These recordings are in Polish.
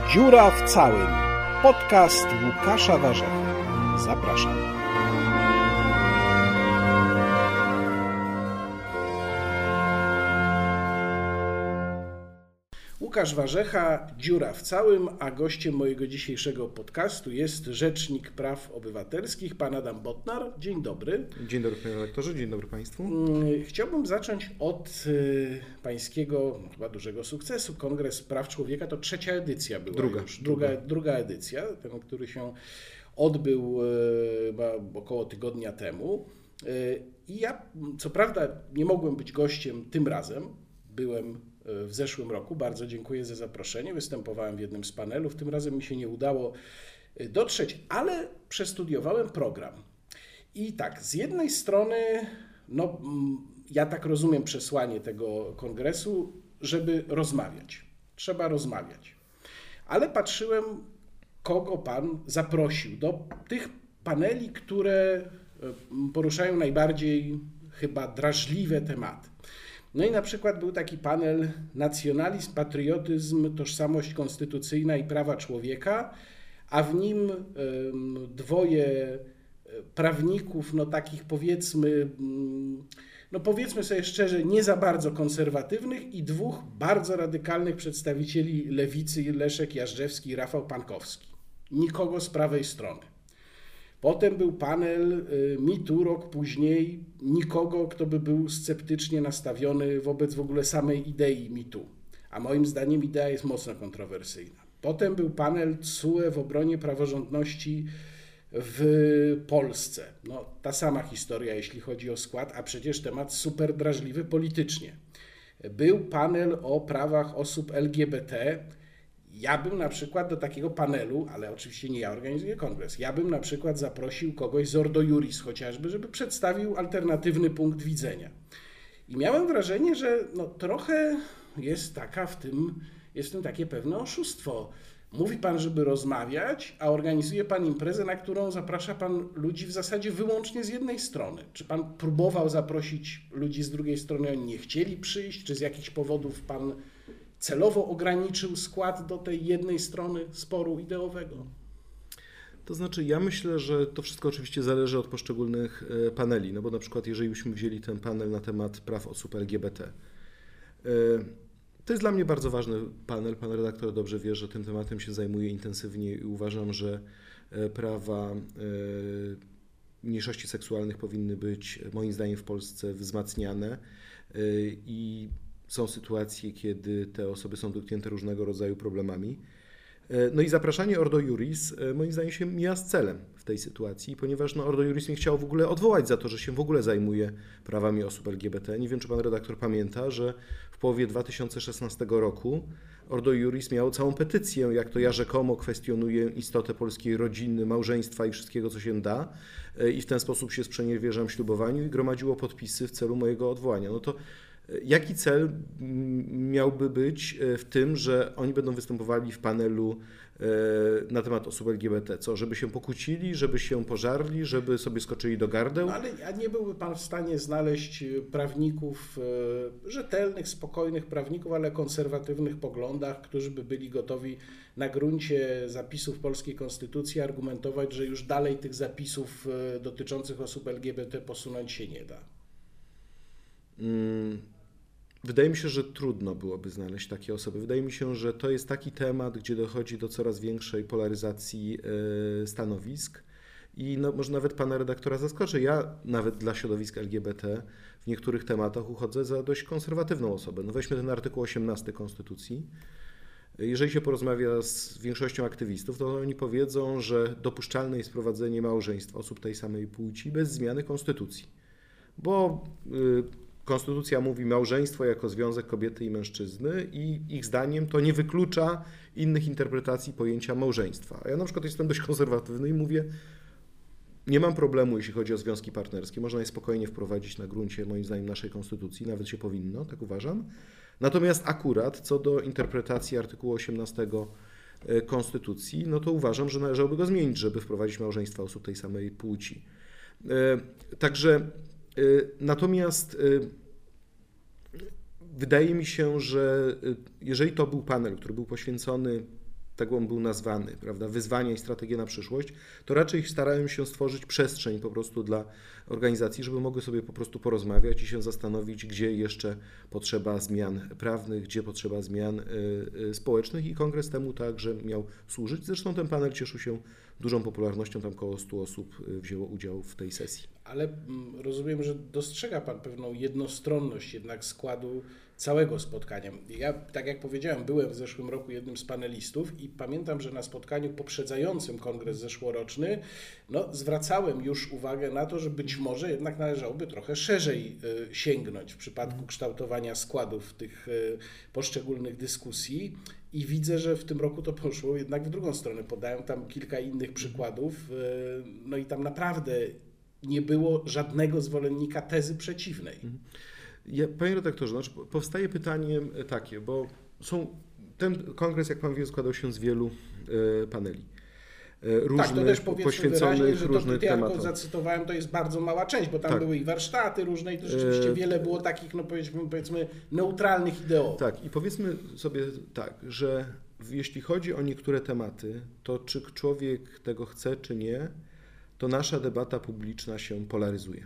Dziura w całym. Podcast Łukasza Warzechy. Zapraszam. Łukasz Warzecha, Dziura w całym, a gościem mojego dzisiejszego podcastu jest Rzecznik Praw Obywatelskich, pan Adam Bodnar. Dzień dobry. Dzień dobry panie redaktorze, dzień dobry państwu. Chciałbym zacząć od pańskiego chyba dużego sukcesu. Kongres Praw Człowieka to trzecia edycja była druga edycja, ten, który się odbył około tygodnia temu. I ja co prawda nie mogłem być gościem tym razem, byłem w zeszłym roku. Bardzo dziękuję za zaproszenie. Występowałem w jednym z panelów. Tym razem mi się nie udało dotrzeć, ale przestudiowałem program. I tak, z jednej strony, ja tak rozumiem przesłanie tego kongresu, żeby rozmawiać. Trzeba rozmawiać. Ale patrzyłem, kogo pan zaprosił do tych paneli, które poruszają najbardziej chyba drażliwe tematy. No i na przykład był taki panel Nacjonalizm, patriotyzm, tożsamość konstytucyjna i prawa człowieka, a w nim dwoje prawników, takich powiedzmy sobie szczerze, nie za bardzo konserwatywnych i dwóch bardzo radykalnych przedstawicieli lewicy, Leszek Jażdżewski i Rafał Pankowski. Nikogo z prawej strony. Potem był panel MeToo rok później, nikogo, kto by był sceptycznie nastawiony wobec w ogóle samej idei MeToo. A moim zdaniem idea jest mocno kontrowersyjna. Potem był panel TSUE w obronie praworządności w Polsce. Ta sama historia, jeśli chodzi o skład, a przecież temat super drażliwy politycznie. Był panel o prawach osób LGBT. Ja bym na przykład do takiego panelu, ale oczywiście nie ja organizuję kongres, ja bym na przykład zaprosił kogoś z Ordo Iuris chociażby, żeby przedstawił alternatywny punkt widzenia. I miałem wrażenie, że trochę jest w tym takie pewne oszustwo. Mówi pan, żeby rozmawiać, a organizuje pan imprezę, na którą zaprasza pan ludzi w zasadzie wyłącznie z jednej strony. Czy pan próbował zaprosić ludzi z drugiej strony, oni nie chcieli przyjść, czy z jakichś powodów pan celowo ograniczył skład do tej jednej strony sporu ideowego? To znaczy, ja myślę, że to wszystko oczywiście zależy od poszczególnych paneli, bo na przykład jeżeli byśmy wzięli ten panel na temat praw osób LGBT, to jest dla mnie bardzo ważny panel. Pan redaktor dobrze wie, że tym tematem się zajmuję intensywnie i uważam, że prawa mniejszości seksualnych powinny być moim zdaniem w Polsce wzmacniane i są sytuacje, kiedy te osoby są dotknięte różnego rodzaju problemami. No i zapraszanie Ordo Iuris moim zdaniem się mija z celem w tej sytuacji, ponieważ Ordo Iuris nie chciało w ogóle odwołać za to, że się w ogóle zajmuje prawami osób LGBT. Nie wiem, czy pan redaktor pamięta, że w połowie 2016 roku Ordo Iuris miało całą petycję, jak to ja rzekomo kwestionuję istotę polskiej rodziny, małżeństwa i wszystkiego, co się da i w ten sposób się sprzeniewierzam ślubowaniu i gromadziło podpisy w celu mojego odwołania. To jaki cel miałby być w tym, że oni będą występowali w panelu na temat osób LGBT? Co, żeby się pokłócili, żeby się pożarli, żeby sobie skoczyli do gardeł? A nie byłby pan w stanie znaleźć prawników, rzetelnych, spokojnych prawników, ale konserwatywnych poglądach, którzy by byli gotowi na gruncie zapisów polskiej konstytucji argumentować, że już dalej tych zapisów dotyczących osób LGBT posunąć się nie da? Wydaje mi się, że trudno byłoby znaleźć takie osoby. Wydaje mi się, że to jest taki temat, gdzie dochodzi do coraz większej polaryzacji stanowisk i może nawet pana redaktora zaskoczę. Ja nawet dla środowiska LGBT w niektórych tematach uchodzę za dość konserwatywną osobę. Weźmy ten artykuł 18 Konstytucji. Jeżeli się porozmawia z większością aktywistów, to oni powiedzą, że dopuszczalne jest prowadzenie małżeństw osób tej samej płci bez zmiany konstytucji. Bo konstytucja mówi małżeństwo jako związek kobiety i mężczyzny i ich zdaniem to nie wyklucza innych interpretacji pojęcia małżeństwa. A ja na przykład jestem dość konserwatywny i mówię, nie mam problemu, jeśli chodzi o związki partnerskie. Można je spokojnie wprowadzić na gruncie, moim zdaniem, naszej konstytucji. Nawet się powinno, tak uważam. Natomiast akurat co do interpretacji artykułu 18 Konstytucji, to uważam, że należałoby go zmienić, żeby wprowadzić małżeństwa osób tej samej płci. Natomiast wydaje mi się, że jeżeli to był panel, który był poświęcony tak on był nazwany, prawda, wyzwania i strategie na przyszłość, to raczej starałem się stworzyć przestrzeń po prostu dla organizacji, żeby mogły sobie po prostu porozmawiać i się zastanowić, gdzie jeszcze potrzeba zmian prawnych, gdzie potrzeba zmian społecznych i kongres temu także miał służyć. Zresztą ten panel cieszył się dużą popularnością, tam około 100 osób wzięło udział w tej sesji. Ale rozumiem, że dostrzega Pan pewną jednostronność jednak składu całego spotkania. Ja, tak jak powiedziałem, byłem w zeszłym roku jednym z panelistów i pamiętam, że na spotkaniu poprzedzającym kongres zeszłoroczny zwracałem już uwagę na to, że być może jednak należałoby trochę szerzej sięgnąć w przypadku kształtowania składów tych poszczególnych dyskusji. I widzę, że w tym roku to poszło jednak w drugą stronę. Podałem tam kilka innych przykładów, no i tam naprawdę nie było żadnego zwolennika tezy przeciwnej. Panie redaktorze, znaczy powstaje pytanie takie, bo ten kongres, jak pan wie, składał się z wielu paneli. Różnych, tak, to też poświęconych wyraźnie, że różnych tematom. Jak zacytowałem, to jest bardzo mała część, bo tam były i warsztaty różne i to rzeczywiście wiele było takich, no powiedzmy neutralnych ideowo. Tak, i powiedzmy sobie tak, że jeśli chodzi o niektóre tematy, to czy człowiek tego chce, czy nie, to nasza debata publiczna się polaryzuje.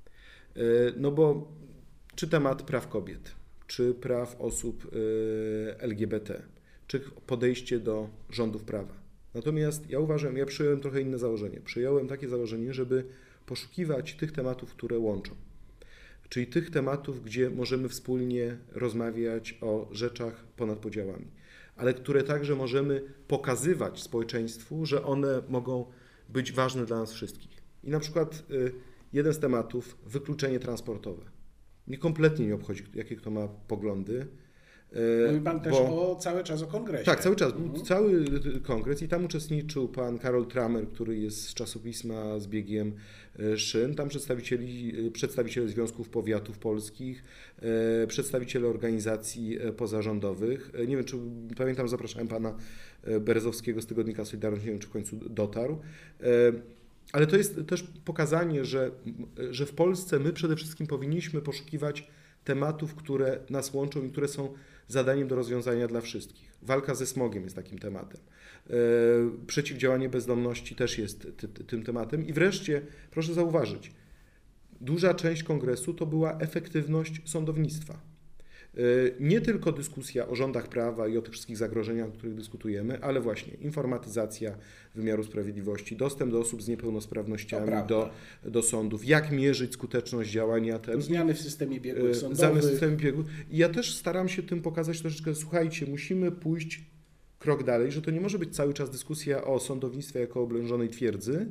No bo czy temat praw kobiet, czy praw osób LGBT, czy podejście do rządów prawa. Natomiast ja przyjąłem trochę inne założenie. Przyjąłem takie założenie, żeby poszukiwać tych tematów, które łączą. Czyli tych tematów, gdzie możemy wspólnie rozmawiać o rzeczach ponad podziałami, ale które także możemy pokazywać społeczeństwu, że one mogą być ważne dla nas wszystkich. I na przykład jeden z tematów, wykluczenie transportowe. Mnie kompletnie nie obchodzi, jakie kto ma poglądy. Mówi Pan też cały czas o kongresie. Tak, cały czas. Był cały kongres i tam uczestniczył pan Karol Tramer, który jest z czasopisma z biegiem szyn. Tam przedstawiciele związków powiatów polskich, przedstawiciele organizacji pozarządowych. Nie wiem, czy pamiętam, zapraszałem pana Berezowskiego z tygodnika Solidarność, nie wiem, czy w końcu dotarł. Ale to jest też pokazanie, że w Polsce my przede wszystkim powinniśmy poszukiwać tematów, które nas łączą i które są zadaniem do rozwiązania dla wszystkich. Walka ze smogiem jest takim tematem. Przeciwdziałanie bezdomności też jest tym tematem. I wreszcie, proszę zauważyć, duża część kongresu to była efektywność sądownictwa. Nie tylko dyskusja o rządach prawa i o tych wszystkich zagrożeniach, o których dyskutujemy, ale właśnie informatyzacja wymiaru sprawiedliwości, dostęp do osób z niepełnosprawnościami do sądów, jak mierzyć skuteczność działania zmiany w systemie biegłych sądowych. Zmiany w systemie biegłych. I ja też staram się tym pokazać troszeczkę, słuchajcie, musimy pójść krok dalej, że to nie może być cały czas dyskusja o sądownictwie jako oblężonej twierdzy,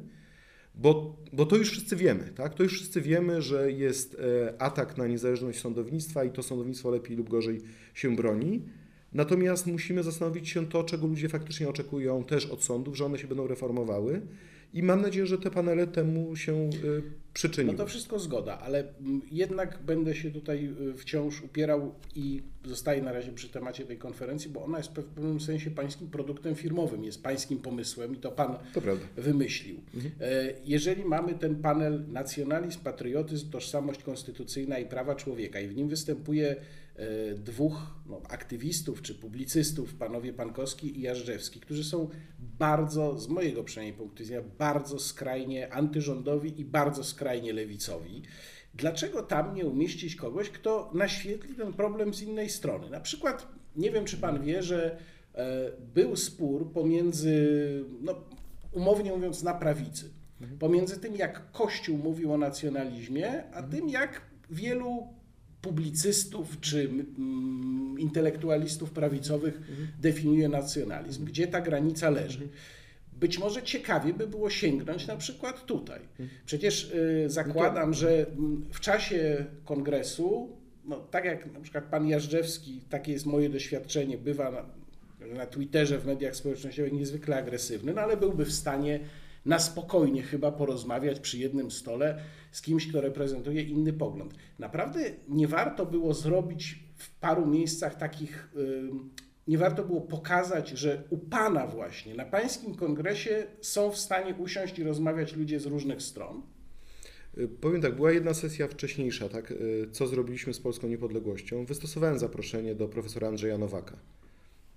bo to już wszyscy wiemy, tak? To już wszyscy wiemy, że jest atak na niezależność sądownictwa i to sądownictwo lepiej lub gorzej się broni. Natomiast musimy zastanowić się to, czego ludzie faktycznie oczekują też od sądów, że one się będą reformowały i mam nadzieję, że te panele temu się przyczyniły. No to wszystko zgoda, ale jednak będę się tutaj wciąż upierał i zostaję na razie przy temacie tej konferencji, bo ona jest w pewnym sensie pańskim produktem firmowym, jest pańskim pomysłem i to pan wymyślił. Jeżeli mamy ten panel Nacjonalizm, Patriotyzm, Tożsamość Konstytucyjna i Prawa Człowieka i w nim występuje dwóch aktywistów czy publicystów, panowie Pankowski i Jażdżewski, którzy są bardzo, z mojego przynajmniej punktu widzenia, bardzo skrajnie antyrządowi i bardzo skrajnie lewicowi. Dlaczego tam nie umieścić kogoś, kto naświetli ten problem z innej strony? Na przykład, nie wiem, czy pan wie, że był spór pomiędzy, umownie mówiąc, na prawicy, pomiędzy tym, jak Kościół mówił o nacjonalizmie, a tym, jak wielu publicystów czy intelektualistów prawicowych definiuje nacjonalizm, gdzie ta granica leży. Być może ciekawie by było sięgnąć na przykład tutaj. Przecież zakładam, że w czasie kongresu, tak jak na przykład pan Jażdżewski, takie jest moje doświadczenie, bywa na Twitterze, w mediach społecznościowych niezwykle agresywny, ale byłby w stanie na spokojnie chyba porozmawiać przy jednym stole z kimś, kto reprezentuje inny pogląd. Naprawdę nie warto było zrobić w paru miejscach takich, nie warto było pokazać, że u pana właśnie, na pańskim kongresie są w stanie usiąść i rozmawiać ludzie z różnych stron? Powiem tak, była jedna sesja wcześniejsza, tak, co zrobiliśmy z polską niepodległością. Wystosowałem zaproszenie do profesora Andrzeja Nowaka.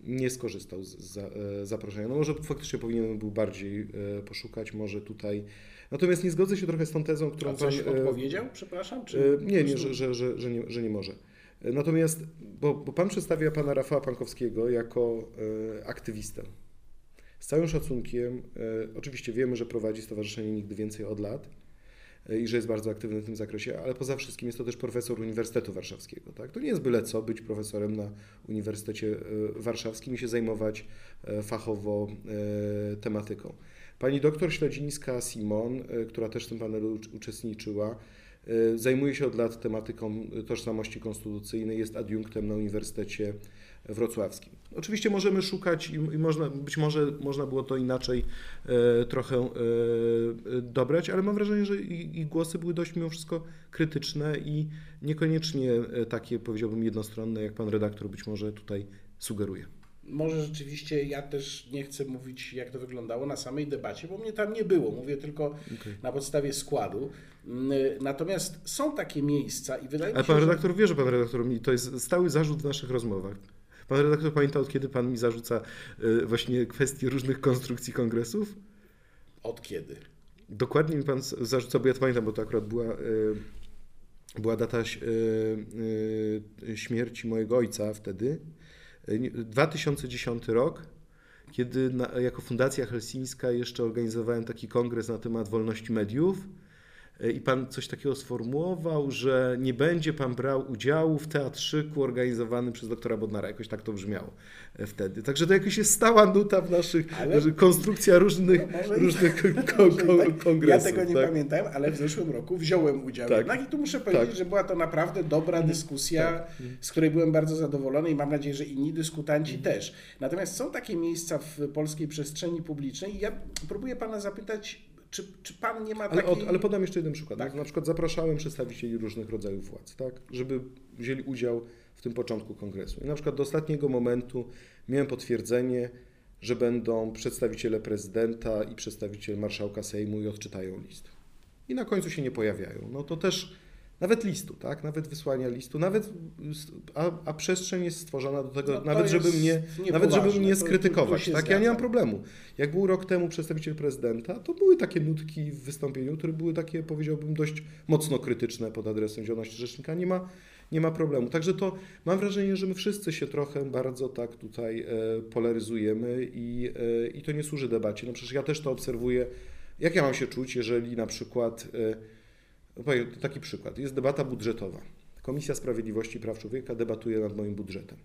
nie skorzystał z zaproszenia. No może faktycznie powinienem był bardziej poszukać, może tutaj. Natomiast nie zgodzę się trochę z tą tezą, którą... A coś odpowiedział, przepraszam? Czy że nie może. Natomiast, bo pan przedstawia pana Rafała Pankowskiego jako aktywistę. Z całym szacunkiem, oczywiście wiemy, że prowadzi Stowarzyszenie Nigdy Więcej od lat i że jest bardzo aktywny w tym zakresie, ale poza wszystkim jest to też profesor Uniwersytetu Warszawskiego. Tak? To nie jest byle co być profesorem na Uniwersytecie Warszawskim i się zajmować fachowo tematyką. Pani doktor Śledzińska-Simon, która też w tym panelu uczestniczyła, zajmuje się od lat tematyką tożsamości konstytucyjnej, jest adiunktem na Uniwersytecie Wrocławskim. Oczywiście możemy szukać i być może można było to inaczej trochę dobrać, ale mam wrażenie, że i głosy były dość mimo wszystko krytyczne i niekoniecznie takie, powiedziałbym, jednostronne, jak pan redaktor być może tutaj sugeruje. Może rzeczywiście ja też nie chcę mówić, jak to wyglądało na samej debacie, bo mnie tam nie było. Mówię tylko na podstawie składu. Natomiast są takie miejsca i wydaje mi się, ale pan redaktor wie, że pan redaktor to jest stały zarzut w naszych rozmowach. Pan redaktor pamięta, od kiedy pan mi zarzuca właśnie kwestie różnych konstrukcji kongresów? Od kiedy? Dokładnie mi pan zarzuca, bo ja to pamiętam, bo to akurat była data śmierci mojego ojca wtedy. 2010 rok, kiedy jako Fundacja Helsińska jeszcze organizowałem taki kongres na temat wolności mediów i pan coś takiego sformułował, że nie będzie pan brał udziału w teatrzyku organizowanym przez doktora Bodnara. Jakoś tak to brzmiało wtedy. Także to jakoś jest stała nuta w naszych, konstrukcja różnych kongresów. Ja tego nie pamiętam, ale w zeszłym roku wziąłem udział. Tak. I tu muszę powiedzieć, że była to naprawdę dobra dyskusja, z której byłem bardzo zadowolony i mam nadzieję, że inni dyskutanci też. Natomiast są takie miejsca w polskiej przestrzeni publicznej i ja próbuję pana zapytać, czy pan nie ma takiej... Ale podam jeszcze jeden przykład. Tak. Na przykład zapraszałem przedstawicieli różnych rodzajów władz, tak, żeby wzięli udział w tym początku kongresu. I na przykład do ostatniego momentu miałem potwierdzenie, że będą przedstawiciele prezydenta i przedstawiciel marszałka Sejmu i odczytają list. I na końcu się nie pojawiają. No to też nawet listu, tak? Nawet wysłania listu, a przestrzeń jest stworzona do tego, żeby mnie skrytykować. Tak? Ja nie mam problemu. Jak był rok temu przedstawiciel prezydenta, to były takie nutki w wystąpieniu, które były takie, powiedziałbym, dość mocno krytyczne pod adresem działalności rzecznika. Nie ma problemu. Także to mam wrażenie, że my wszyscy się trochę bardzo tak tutaj polaryzujemy i to nie służy debacie. No przecież ja też to obserwuję. Jak ja mam się czuć, jeżeli na przykład... Taki przykład. Jest debata budżetowa. Komisja Sprawiedliwości i Praw Człowieka debatuje nad moim budżetem.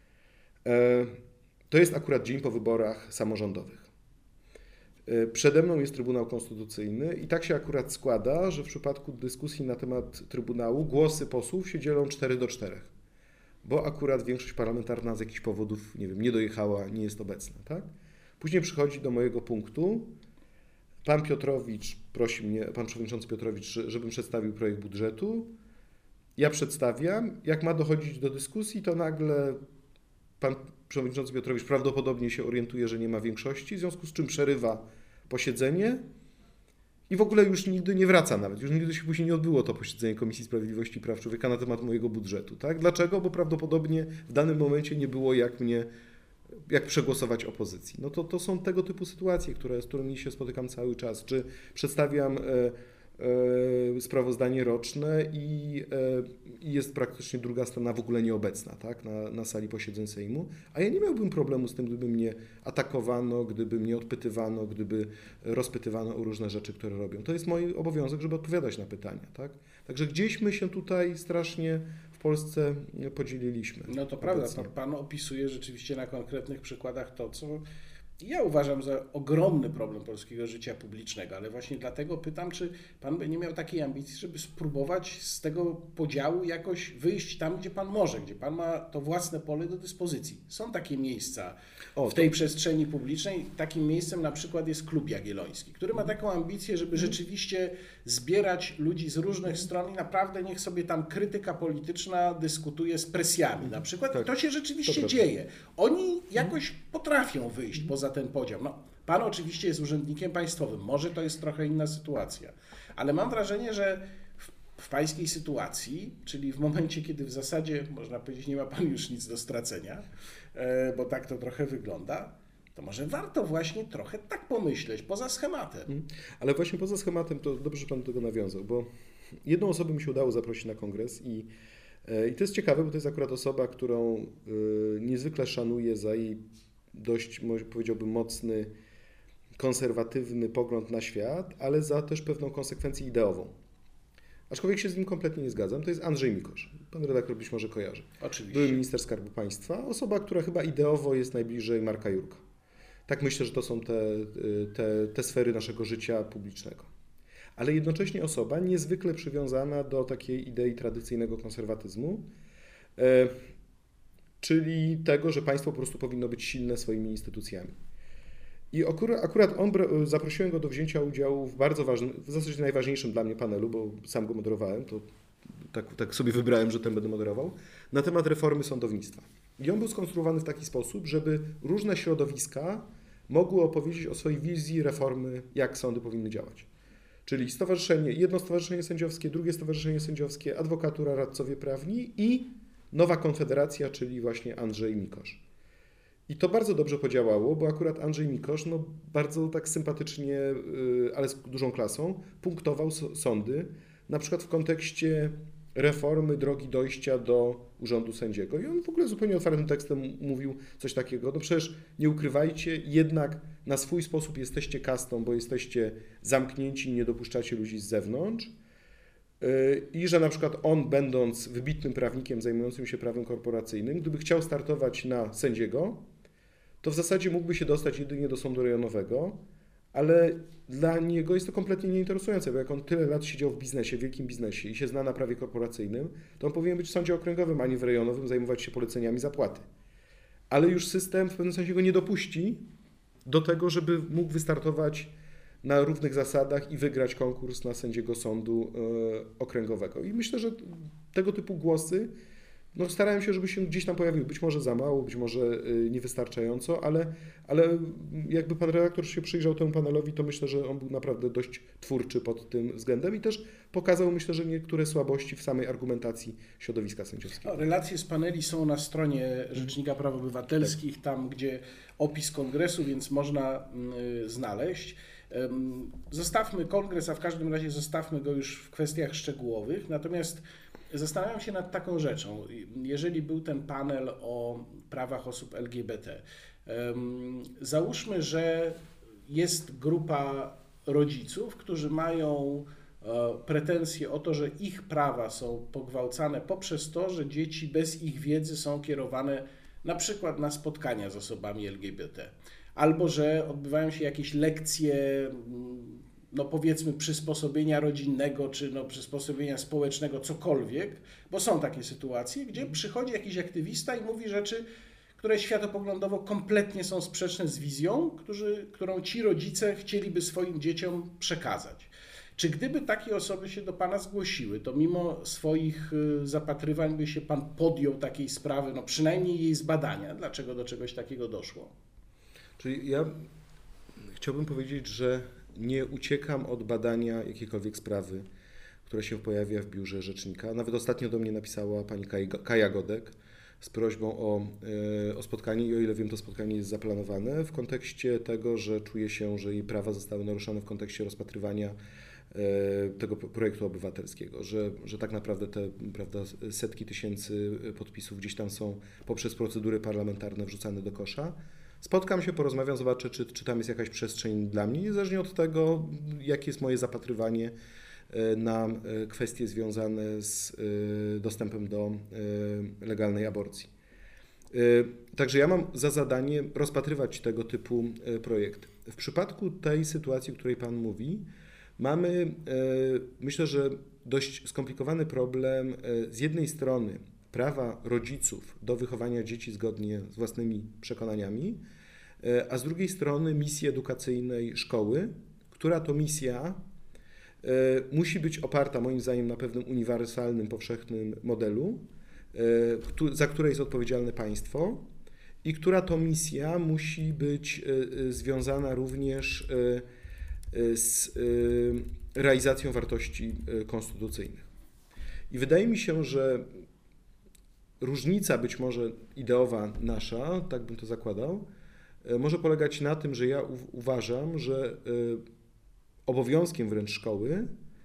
To jest akurat dzień po wyborach samorządowych. Przede mną jest Trybunał Konstytucyjny i tak się akurat składa, że w przypadku dyskusji na temat Trybunału głosy posłów się dzielą 4-4, bo akurat większość parlamentarna z jakichś powodów, nie wiem, nie dojechała, nie jest obecna. Tak? Później przychodzi do mojego punktu. Pan Piotrowicz prosi mnie, pan przewodniczący Piotrowicz, żebym przedstawił projekt budżetu. Ja przedstawiam. Jak ma dochodzić do dyskusji, to nagle pan przewodniczący Piotrowicz prawdopodobnie się orientuje, że nie ma większości, w związku z czym przerywa posiedzenie i w ogóle już nigdy nie wraca nawet. Już nigdy się później nie odbyło to posiedzenie Komisji Sprawiedliwości i Praw Człowieka na temat mojego budżetu. Tak? Dlaczego? Bo prawdopodobnie w danym momencie nie było jak przegłosować opozycji. No to są tego typu sytuacje, z którymi się spotykam cały czas. Czy przedstawiam sprawozdanie roczne i jest praktycznie druga strona w ogóle nieobecna, tak, na sali posiedzeń Sejmu, a ja nie miałbym problemu z tym, gdyby mnie atakowano, gdyby mnie odpytywano, gdyby rozpytywano o różne rzeczy, które robią. To jest mój obowiązek, żeby odpowiadać na pytania. Tak? Także gdzieś my się tutaj strasznie w Polsce podzieliliśmy. No to prawda, pan opisuje rzeczywiście na konkretnych przykładach to, co ja uważam za ogromny problem polskiego życia publicznego, ale właśnie dlatego pytam, czy pan by nie miał takiej ambicji, żeby spróbować z tego podziału jakoś wyjść tam, gdzie pan może, gdzie pan ma to własne pole do dyspozycji. Są takie miejsca w tej przestrzeni publicznej. Takim miejscem na przykład jest Klub Jagielloński, który ma taką ambicję, żeby rzeczywiście zbierać ludzi z różnych stron i naprawdę niech sobie tam krytyka polityczna dyskutuje z presjami na przykład. I to się rzeczywiście dzieje. Oni jakoś potrafią wyjść poza ten podział. No, pan oczywiście jest urzędnikiem państwowym, może to jest trochę inna sytuacja, ale mam wrażenie, że w w pańskiej sytuacji, czyli w momencie, kiedy w zasadzie, można powiedzieć, nie ma pan już nic do stracenia, bo tak to trochę wygląda, to może warto właśnie trochę tak pomyśleć, poza schematem. Ale właśnie poza schematem, to dobrze, że pan do tego nawiązał, bo jedną osobę mi się udało zaprosić na kongres i to jest ciekawe, bo to jest akurat osoba, którą niezwykle szanuję za jej dość, powiedziałbym, mocny, konserwatywny pogląd na świat, ale za też pewną konsekwencję ideową. Aczkolwiek się z nim kompletnie nie zgadzam, to jest Andrzej Mikosz. Pan redaktor być może kojarzy. Oczywiście. Były minister Skarbu Państwa, osoba, która chyba ideowo jest najbliżej Marka Jurka. Tak myślę, że to są te sfery naszego życia publicznego. Ale jednocześnie osoba niezwykle przywiązana do takiej idei tradycyjnego konserwatyzmu, czyli tego, że państwo po prostu powinno być silne swoimi instytucjami. I akurat zaprosiłem go do wzięcia udziału w bardzo ważnym, w zasadzie najważniejszym dla mnie panelu, bo sam go moderowałem, to tak sobie wybrałem, że ten będę moderował, na temat reformy sądownictwa. I on był skonstruowany w taki sposób, żeby różne środowiska mogły opowiedzieć o swojej wizji reformy, jak sądy powinny działać. Czyli jedno stowarzyszenie sędziowskie, drugie stowarzyszenie sędziowskie, adwokatura, radcowie prawni i nowa konfederacja, czyli właśnie Andrzej Mikosz. I to bardzo dobrze podziałało, bo akurat Andrzej Mikosz bardzo tak sympatycznie, ale z dużą klasą, punktował sądy, na przykład w kontekście reformy drogi dojścia do urzędu sędziego. I on w ogóle zupełnie otwartym tekstem mówił coś takiego, no przecież nie ukrywajcie, jednak na swój sposób jesteście kastą, bo jesteście zamknięci i nie dopuszczacie ludzi z zewnątrz. I że na przykład on, będąc wybitnym prawnikiem zajmującym się prawem korporacyjnym, gdyby chciał startować na sędziego, to w zasadzie mógłby się dostać jedynie do sądu rejonowego, ale dla niego jest to kompletnie nieinteresujące, bo jak on tyle lat siedział w biznesie, w wielkim biznesie i się zna na prawie korporacyjnym, to on powinien być w sądzie okręgowym, a nie w rejonowym, zajmować się poleceniami zapłaty. Ale już system w pewnym sensie go nie dopuści do tego, żeby mógł wystartować na równych zasadach i wygrać konkurs na sędziego sądu okręgowego. I myślę, że tego typu głosy starałem się, żeby się gdzieś tam pojawiły. Być może za mało, być może niewystarczająco, ale jakby pan redaktor się przyjrzał temu panelowi, to myślę, że on był naprawdę dość twórczy pod tym względem i też pokazał, myślę, że niektóre słabości w samej argumentacji środowiska sędziowskiego. Relacje z paneli są na stronie Rzecznika Praw Obywatelskich, tam gdzie opis kongresu, więc można znaleźć. Zostawmy kongres, a w każdym razie zostawmy go już w kwestiach szczegółowych. Natomiast zastanawiam się nad taką rzeczą. Jeżeli był ten panel o prawach osób LGBT, załóżmy, że jest grupa rodziców, którzy mają pretensje o to, że ich prawa są pogwałcane poprzez to, że dzieci bez ich wiedzy są kierowane na przykład na spotkania z osobami LGBT, albo że odbywają się jakieś lekcje, powiedzmy przysposobienia rodzinnego, czy przysposobienia społecznego, cokolwiek, bo są takie sytuacje, gdzie przychodzi jakiś aktywista i mówi rzeczy, które światopoglądowo kompletnie są sprzeczne z wizją, którą ci rodzice chcieliby swoim dzieciom przekazać. Czy gdyby takie osoby się do Pana zgłosiły, to mimo swoich zapatrywań by się Pan podjął takiej sprawy, przynajmniej jej zbadania, dlaczego do czegoś takiego doszło? Czyli ja chciałbym powiedzieć, że nie uciekam od badania jakiejkolwiek sprawy, która się pojawia w biurze rzecznika. Nawet ostatnio do mnie napisała pani Kaja Godek z prośbą o spotkanie i o ile wiem, to spotkanie jest zaplanowane w kontekście tego, że czuje się, że jej prawa zostały naruszone w kontekście rozpatrywania tego projektu obywatelskiego, że tak naprawdę te setki tysięcy podpisów gdzieś tam są poprzez procedury parlamentarne wrzucane do kosza. Spotkam się, porozmawiam, zobaczę, czy tam jest jakaś przestrzeń dla mnie, niezależnie od tego, jakie jest moje zapatrywanie na kwestie związane z dostępem do legalnej aborcji. Także ja mam za zadanie rozpatrywać tego typu projekty. W przypadku tej sytuacji, o której Pan mówi, mamy, myślę, że dość skomplikowany problem z jednej strony prawa rodziców do wychowania dzieci zgodnie z własnymi przekonaniami, a z drugiej strony misji edukacyjnej szkoły, która to misja musi być oparta moim zdaniem na pewnym uniwersalnym, powszechnym modelu, za które jest odpowiedzialne państwo i która to misja musi być związana również z realizacją wartości konstytucyjnych. I wydaje mi się, że różnica być może ideowa nasza, tak bym to zakładał, może polegać na tym, że ja uważam, że obowiązkiem wręcz szkoły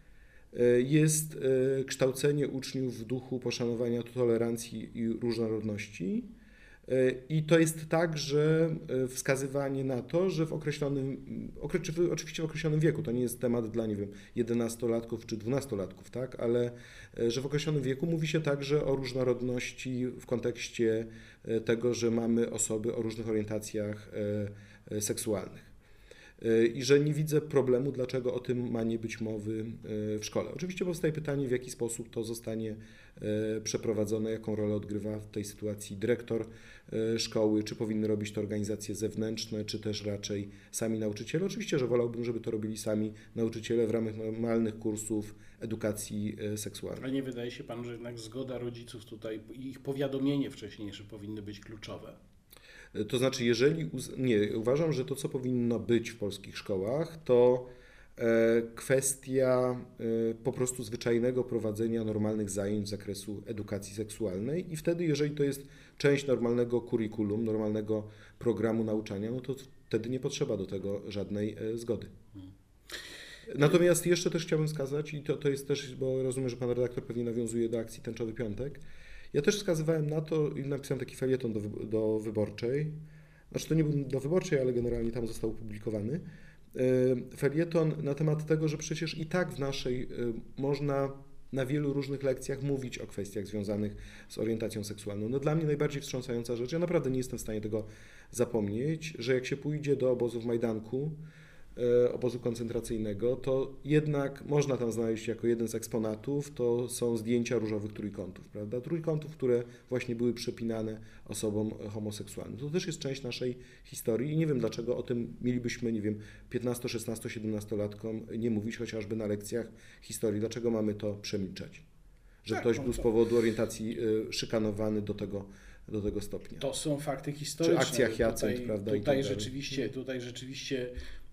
jest kształcenie uczniów w duchu poszanowania tolerancji i różnorodności. I to jest także wskazywanie na to, że oczywiście w określonym wieku, to nie jest temat dla, nie wiem, 11-latków czy 12-latków, tak, ale że w określonym wieku mówi się także o różnorodności w kontekście tego, że mamy osoby o różnych orientacjach seksualnych. I że nie widzę problemu, dlaczego o tym ma nie być mowy w szkole. Oczywiście powstaje pytanie, w jaki sposób to zostanie przeprowadzone, jaką rolę odgrywa w tej sytuacji dyrektor szkoły, czy powinny robić to organizacje zewnętrzne, czy też raczej sami nauczyciele. Oczywiście, że wolałbym, żeby to robili sami nauczyciele w ramach normalnych kursów edukacji seksualnej. Ale nie wydaje się panu, że jednak zgoda rodziców tutaj i ich powiadomienie wcześniejsze powinny być kluczowe? To znaczy, uważam, że to, co powinno być w polskich szkołach, to kwestia po prostu zwyczajnego prowadzenia normalnych zajęć z zakresu edukacji seksualnej i wtedy, jeżeli to jest część normalnego curriculum, normalnego programu nauczania, no to wtedy nie potrzeba do tego żadnej zgody. Natomiast jeszcze też chciałbym wskazać, i to jest też, bo rozumiem, że pan redaktor pewnie nawiązuje do akcji Tęczowy Piątek, ja też wskazywałem na to i napisałem taki felieton do Wyborczej, znaczy to nie był do Wyborczej, ale generalnie tam został opublikowany, felieton na temat tego, że przecież i tak w naszej można na wielu różnych lekcjach mówić o kwestiach związanych z orientacją seksualną. No dla mnie najbardziej wstrząsająca rzecz, ja naprawdę nie jestem w stanie tego zapomnieć, że jak się pójdzie do obozu w Majdanku, obozu koncentracyjnego, to jednak można tam znaleźć jako jeden z eksponatów, to są zdjęcia różowych trójkątów, prawda? Trójkątów, które właśnie były przypinane osobom homoseksualnym. To też jest część naszej historii i nie wiem, dlaczego o tym mielibyśmy, nie wiem, 15, 16, 17-latkom nie mówić, chociażby na lekcjach historii. Dlaczego mamy to przemilczać? Że ktoś był z powodu orientacji szykanowany do tego stopnia. To są fakty historyczne. Czy akcja Hyacynt, prawda? Tutaj rzeczywiście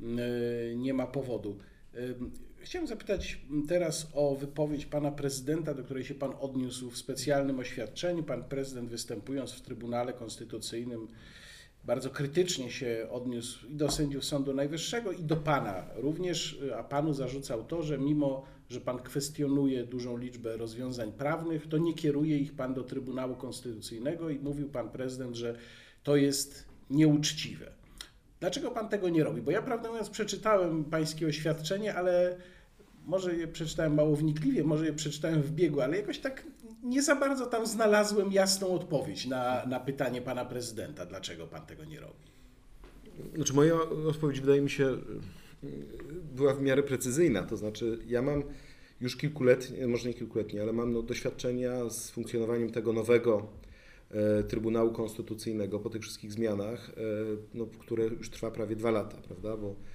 nie ma powodu. Chciałem zapytać teraz o wypowiedź pana prezydenta, do której się pan odniósł w specjalnym oświadczeniu. Pan prezydent, występując w Trybunale Konstytucyjnym, bardzo krytycznie się odniósł i do sędziów Sądu Najwyższego, i do pana również, a panu zarzucał to, że mimo, że pan kwestionuje dużą liczbę rozwiązań prawnych, to nie kieruje ich pan do Trybunału Konstytucyjnego i mówił pan prezydent, że to jest nieuczciwe. Dlaczego pan tego nie robi? Bo ja, prawdę mówiąc, przeczytałem pańskie oświadczenie, ale może je przeczytałem mało wnikliwie, może je przeczytałem w biegu, ale jakoś tak nie za bardzo tam znalazłem jasną odpowiedź na pytanie pana prezydenta, dlaczego pan tego nie robi. Znaczy moja odpowiedź, wydaje mi się, była w miarę precyzyjna, to znaczy ja mam już kilkuletnie, może nie kilkuletnie, ale mam doświadczenia z funkcjonowaniem tego nowego Trybunału Konstytucyjnego po tych wszystkich zmianach, które już trwa prawie 2 lata, prawda?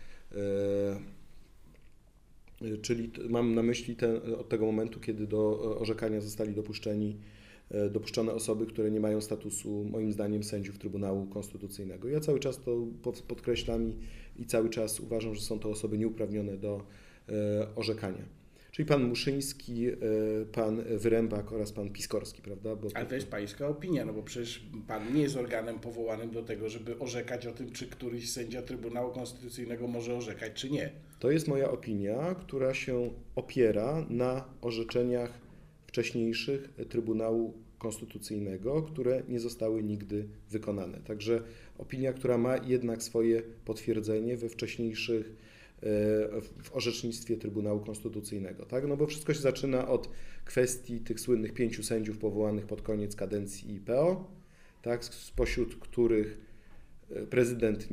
Czyli mam na myśli od tego momentu, kiedy do orzekania zostali dopuszczone osoby, które nie mają statusu, moim zdaniem, sędziów Trybunału Konstytucyjnego. Ja cały czas to podkreślam i cały czas uważam, że są to osoby nieuprawnione do orzekania. Czyli pan Muszyński, pan Wyrembak oraz pan Piskorski, prawda? Ale to jest pańska opinia, no bo przecież pan nie jest organem powołanym do tego, żeby orzekać o tym, czy któryś sędzia Trybunału Konstytucyjnego może orzekać, czy nie. To jest moja opinia, która się opiera na orzeczeniach wcześniejszych Trybunału Konstytucyjnego, które nie zostały nigdy wykonane. Także opinia, która ma jednak swoje potwierdzenie we wcześniejszych w orzecznictwie Trybunału Konstytucyjnego, tak? No bo wszystko się zaczyna od kwestii tych słynnych 5 sędziów powołanych pod koniec kadencji PO, tak? Spośród których prezydent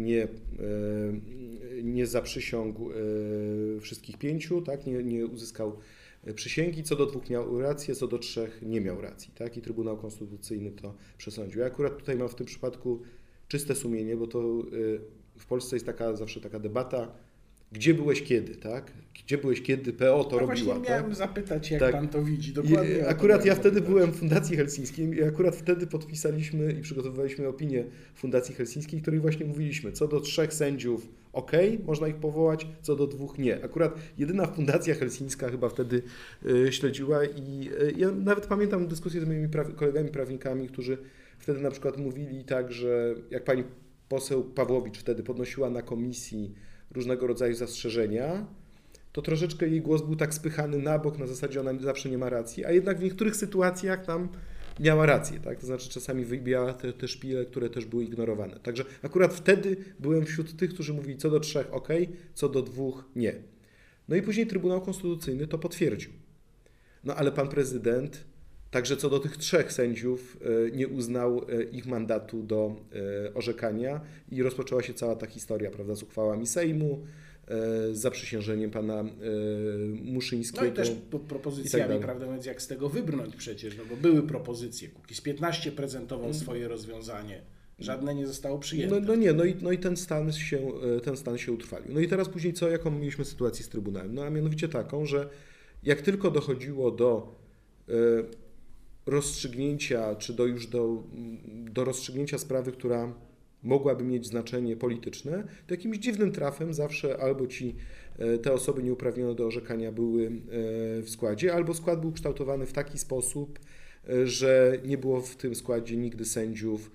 nie zaprzysiągł wszystkich 5, tak? Nie uzyskał przysięgi, co do 2 miał rację, co do 3 nie miał racji, tak? I Trybunał Konstytucyjny to przesądził. Ja akurat tutaj mam w tym przypadku czyste sumienie, bo to w Polsce jest zawsze taka debata, gdzie byłeś kiedy, tak? Gdzie byłeś kiedy PO to robiła, właśnie miałem tak? zapytać, jak Tak. pan to widzi. Dokładnie. Akurat ja wtedy byłem w Fundacji Helsińskiej i akurat wtedy podpisaliśmy i przygotowywaliśmy opinię Fundacji Helsińskiej, w której właśnie mówiliśmy, co do 3 sędziów można ich powołać, co do 2 nie. Akurat jedyna Fundacja Helsińska chyba wtedy śledziła i ja nawet pamiętam dyskusję z moimi kolegami prawnikami, którzy wtedy na przykład mówili tak, że jak pani poseł Pawłowicz wtedy podnosiła na komisji różnego rodzaju zastrzeżenia, to troszeczkę jej głos był tak spychany na bok, na zasadzie ona zawsze nie ma racji, a jednak w niektórych sytuacjach tam miała rację, tak? To znaczy czasami wybijała te szpile, które też były ignorowane. Także akurat wtedy byłem wśród tych, którzy mówili co do 3 co do 2 nie. No i później Trybunał Konstytucyjny to potwierdził. No ale pan prezydent także co do tych 3 sędziów nie uznał ich mandatu do orzekania i rozpoczęła się cała ta historia, prawda, z uchwałami Sejmu, z zaprzysiężeniem pana Muszyńskiego. No i też propozycjami, tak prawda, więc jak z tego wybrnąć przecież, no bo były propozycje, Kukiz 15 prezentował swoje rozwiązanie, żadne nie zostało przyjęte. No i ten stan się utrwalił. No i teraz później jaką mieliśmy sytuację z Trybunałem? No a mianowicie taką, że jak tylko dochodziło do rozstrzygnięcia, czy do rozstrzygnięcia sprawy, która mogłaby mieć znaczenie polityczne, to jakimś dziwnym trafem zawsze albo te osoby nieuprawnione do orzekania były w składzie, albo skład był kształtowany w taki sposób, że nie było w tym składzie nigdy sędziów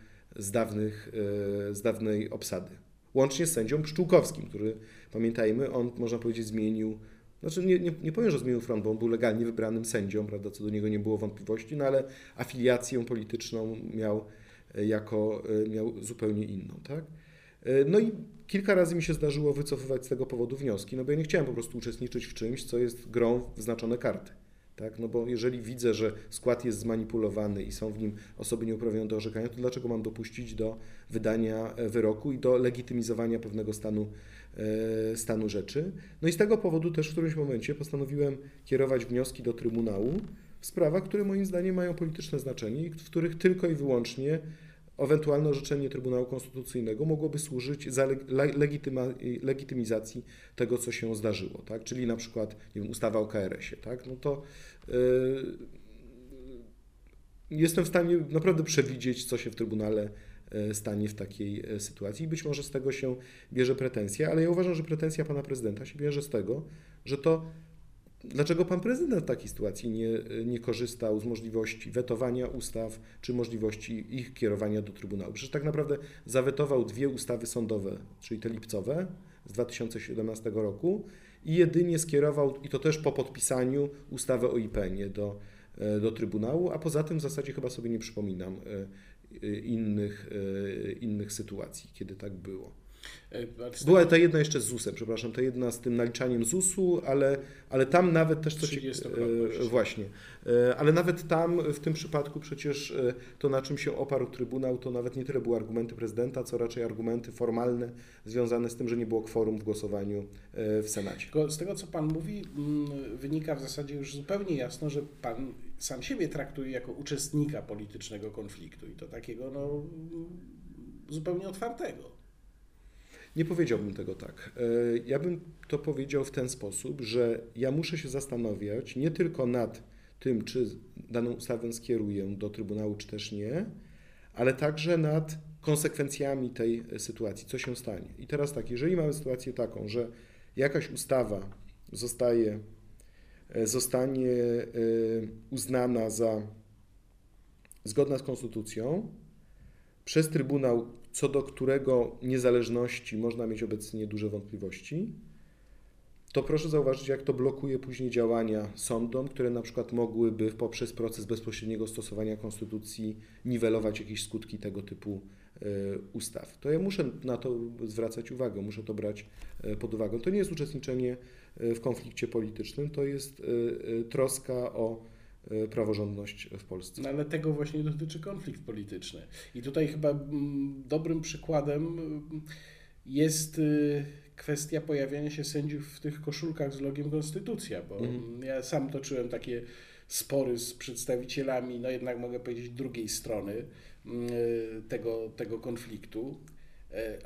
z dawnej obsady. Łącznie z sędzią Pszczółkowskim, który, pamiętajmy, on, można powiedzieć, zmienił, znaczy nie powiem, że zmienił front, bo on był legalnie wybranym sędzią, prawda, co do niego nie było wątpliwości, no ale afiliację polityczną miał zupełnie inną, tak? No i kilka razy mi się zdarzyło wycofywać z tego powodu wnioski, no bo ja nie chciałem po prostu uczestniczyć w czymś, co jest grą w wyznaczone karty, tak? No bo jeżeli widzę, że skład jest zmanipulowany i są w nim osoby nieuprawnione do orzekania, to dlaczego mam dopuścić do wydania wyroku i do legitymizowania pewnego stanu rzeczy? No i z tego powodu też w którymś momencie postanowiłem kierować wnioski do Trybunału w sprawach, które moim zdaniem mają polityczne znaczenie i w których tylko i wyłącznie ewentualne orzeczenie Trybunału Konstytucyjnego mogłoby służyć za legitymizacji tego, co się zdarzyło, tak? Czyli na przykład, nie wiem, ustawa o KRS-ie, tak? No to jestem w stanie naprawdę przewidzieć, co się w Trybunale stanie w takiej sytuacji i być może z tego się bierze pretensja, ale ja uważam, że pretensja pana prezydenta się bierze z tego, że dlaczego pan prezydent w takiej sytuacji nie korzystał z możliwości wetowania ustaw, czy możliwości ich kierowania do Trybunału? Przecież tak naprawdę zawetował 2 ustawy sądowe, czyli te lipcowe z 2017 roku i jedynie skierował, i to też po podpisaniu, ustawę o IPN-ie do Trybunału, a poza tym w zasadzie chyba sobie nie przypominam innych sytuacji, kiedy tak było. Była ta jedna jeszcze z ZUS-em, przepraszam, ta jedna z tym naliczaniem ZUS-u, ale tam nawet też właśnie, ale nawet tam w tym przypadku przecież to, na czym się oparł Trybunał, to nawet nie tyle były argumenty prezydenta, co raczej argumenty formalne związane z tym, że nie było kworum w głosowaniu w Senacie. Tylko z tego, co pan mówi, wynika w zasadzie już zupełnie jasno, że pan sam siebie traktuje jako uczestnika politycznego konfliktu i to takiego zupełnie otwartego. Nie powiedziałbym tego tak. Ja bym to powiedział w ten sposób, że ja muszę się zastanawiać nie tylko nad tym, czy daną ustawę skieruję do Trybunału, czy też nie, ale także nad konsekwencjami tej sytuacji, co się stanie. I teraz tak, jeżeli mamy sytuację taką, że jakaś ustawa zostanie uznana za zgodna z konstytucją przez Trybunał, co do którego niezależności można mieć obecnie duże wątpliwości, to proszę zauważyć, jak to blokuje później działania sądom, które na przykład mogłyby poprzez proces bezpośredniego stosowania konstytucji niwelować jakieś skutki tego typu ustaw. To ja muszę na to zwracać uwagę, muszę to brać pod uwagę. To nie jest uczestniczenie w konflikcie politycznym, to jest troska o praworządność w Polsce. No ale tego właśnie dotyczy konflikt polityczny. I tutaj chyba dobrym przykładem jest kwestia pojawiania się sędziów w tych koszulkach z logiem Konstytucja, bo ja sam toczyłem takie spory z przedstawicielami, no jednak mogę powiedzieć drugiej strony tego konfliktu.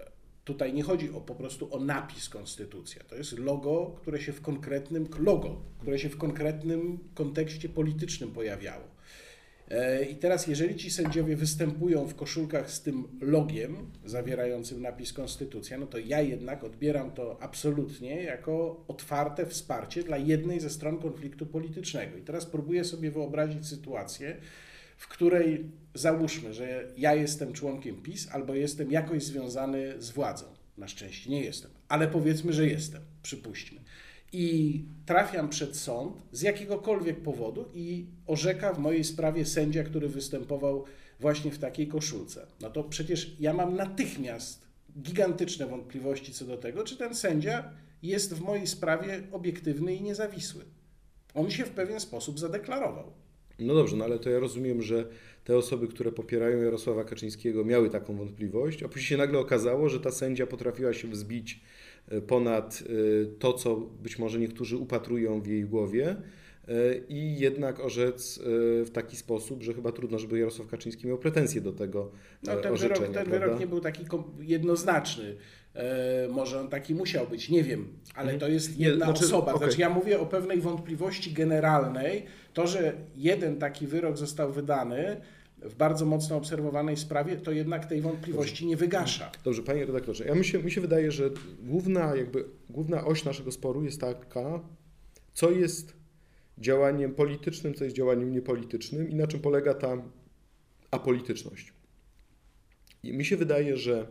tutaj nie chodzi po prostu o napis konstytucja. To jest logo, które się w konkretnym kontekście politycznym pojawiało. I teraz, jeżeli ci sędziowie występują w koszulkach z tym logiem zawierającym napis konstytucja, no to ja jednak odbieram to absolutnie jako otwarte wsparcie dla jednej ze stron konfliktu politycznego. I teraz próbuję sobie wyobrazić sytuację, w której załóżmy, że ja jestem członkiem PiS albo jestem jakoś związany z władzą. Na szczęście nie jestem, ale powiedzmy, że jestem, przypuśćmy. I trafiam przed sąd z jakiegokolwiek powodu i orzeka w mojej sprawie sędzia, który występował właśnie w takiej koszulce. No to przecież ja mam natychmiast gigantyczne wątpliwości co do tego, czy ten sędzia jest w mojej sprawie obiektywny i niezawisły. On się w pewien sposób zadeklarował. No dobrze, no ale to ja rozumiem, że te osoby, które popierają Jarosława Kaczyńskiego, miały taką wątpliwość, a później się nagle okazało, że ta sędzia potrafiła się wzbić ponad to, co być może niektórzy upatrują w jej głowie i jednak orzec w taki sposób, że chyba trudno, żeby Jarosław Kaczyński miał pretensje do tego orzeczenia. Ten wyrok nie był taki jednoznaczny. Może on taki musiał być, nie wiem, ale to jest jedna osoba. Okay. Znaczy ja mówię o pewnej wątpliwości generalnej. To, że jeden taki wyrok został wydany w bardzo mocno obserwowanej sprawie, to jednak tej wątpliwości nie wygasza. Dobrze, panie redaktorze, mi się wydaje, że główna oś naszego sporu jest taka, co jest działaniem politycznym, co jest działaniem niepolitycznym i na czym polega ta apolityczność. I mi się wydaje, że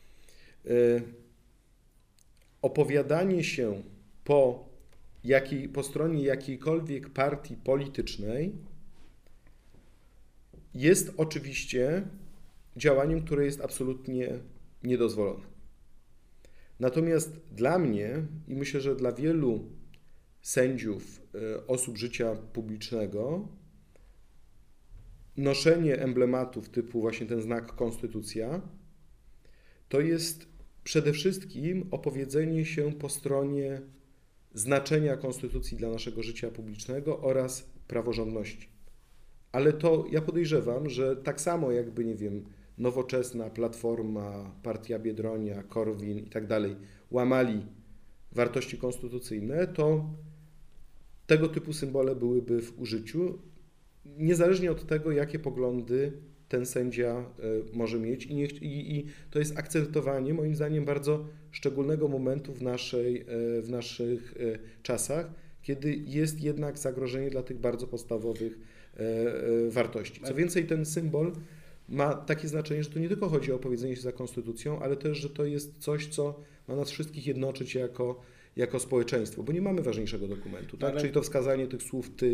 opowiadanie się po stronie jakiejkolwiek partii politycznej jest oczywiście działaniem, które jest absolutnie niedozwolone. Natomiast dla mnie i myślę, że dla wielu sędziów, osób życia publicznego, noszenie emblematów typu właśnie ten znak konstytucja to jest przede wszystkim opowiedzenie się po stronie znaczenia konstytucji dla naszego życia publicznego oraz praworządności. Ale to ja podejrzewam, że tak samo jakby, nie wiem, Nowoczesna, Platforma, Partia Biedronia, Korwin i tak dalej łamali wartości konstytucyjne, to tego typu symbole byłyby w użyciu, niezależnie od tego, jakie poglądy ten sędzia może mieć. I to jest akcentowanie, moim zdaniem, bardzo szczególnego momentu w naszych czasach, kiedy jest jednak zagrożenie dla tych bardzo podstawowych wartości. Co więcej, ten symbol ma takie znaczenie, że to nie tylko chodzi o opowiedzenie się za konstytucją, ale też, że to jest coś, co ma nas wszystkich jednoczyć jako społeczeństwo, bo nie mamy ważniejszego dokumentu, tak? Czyli to wskazanie tych słów ty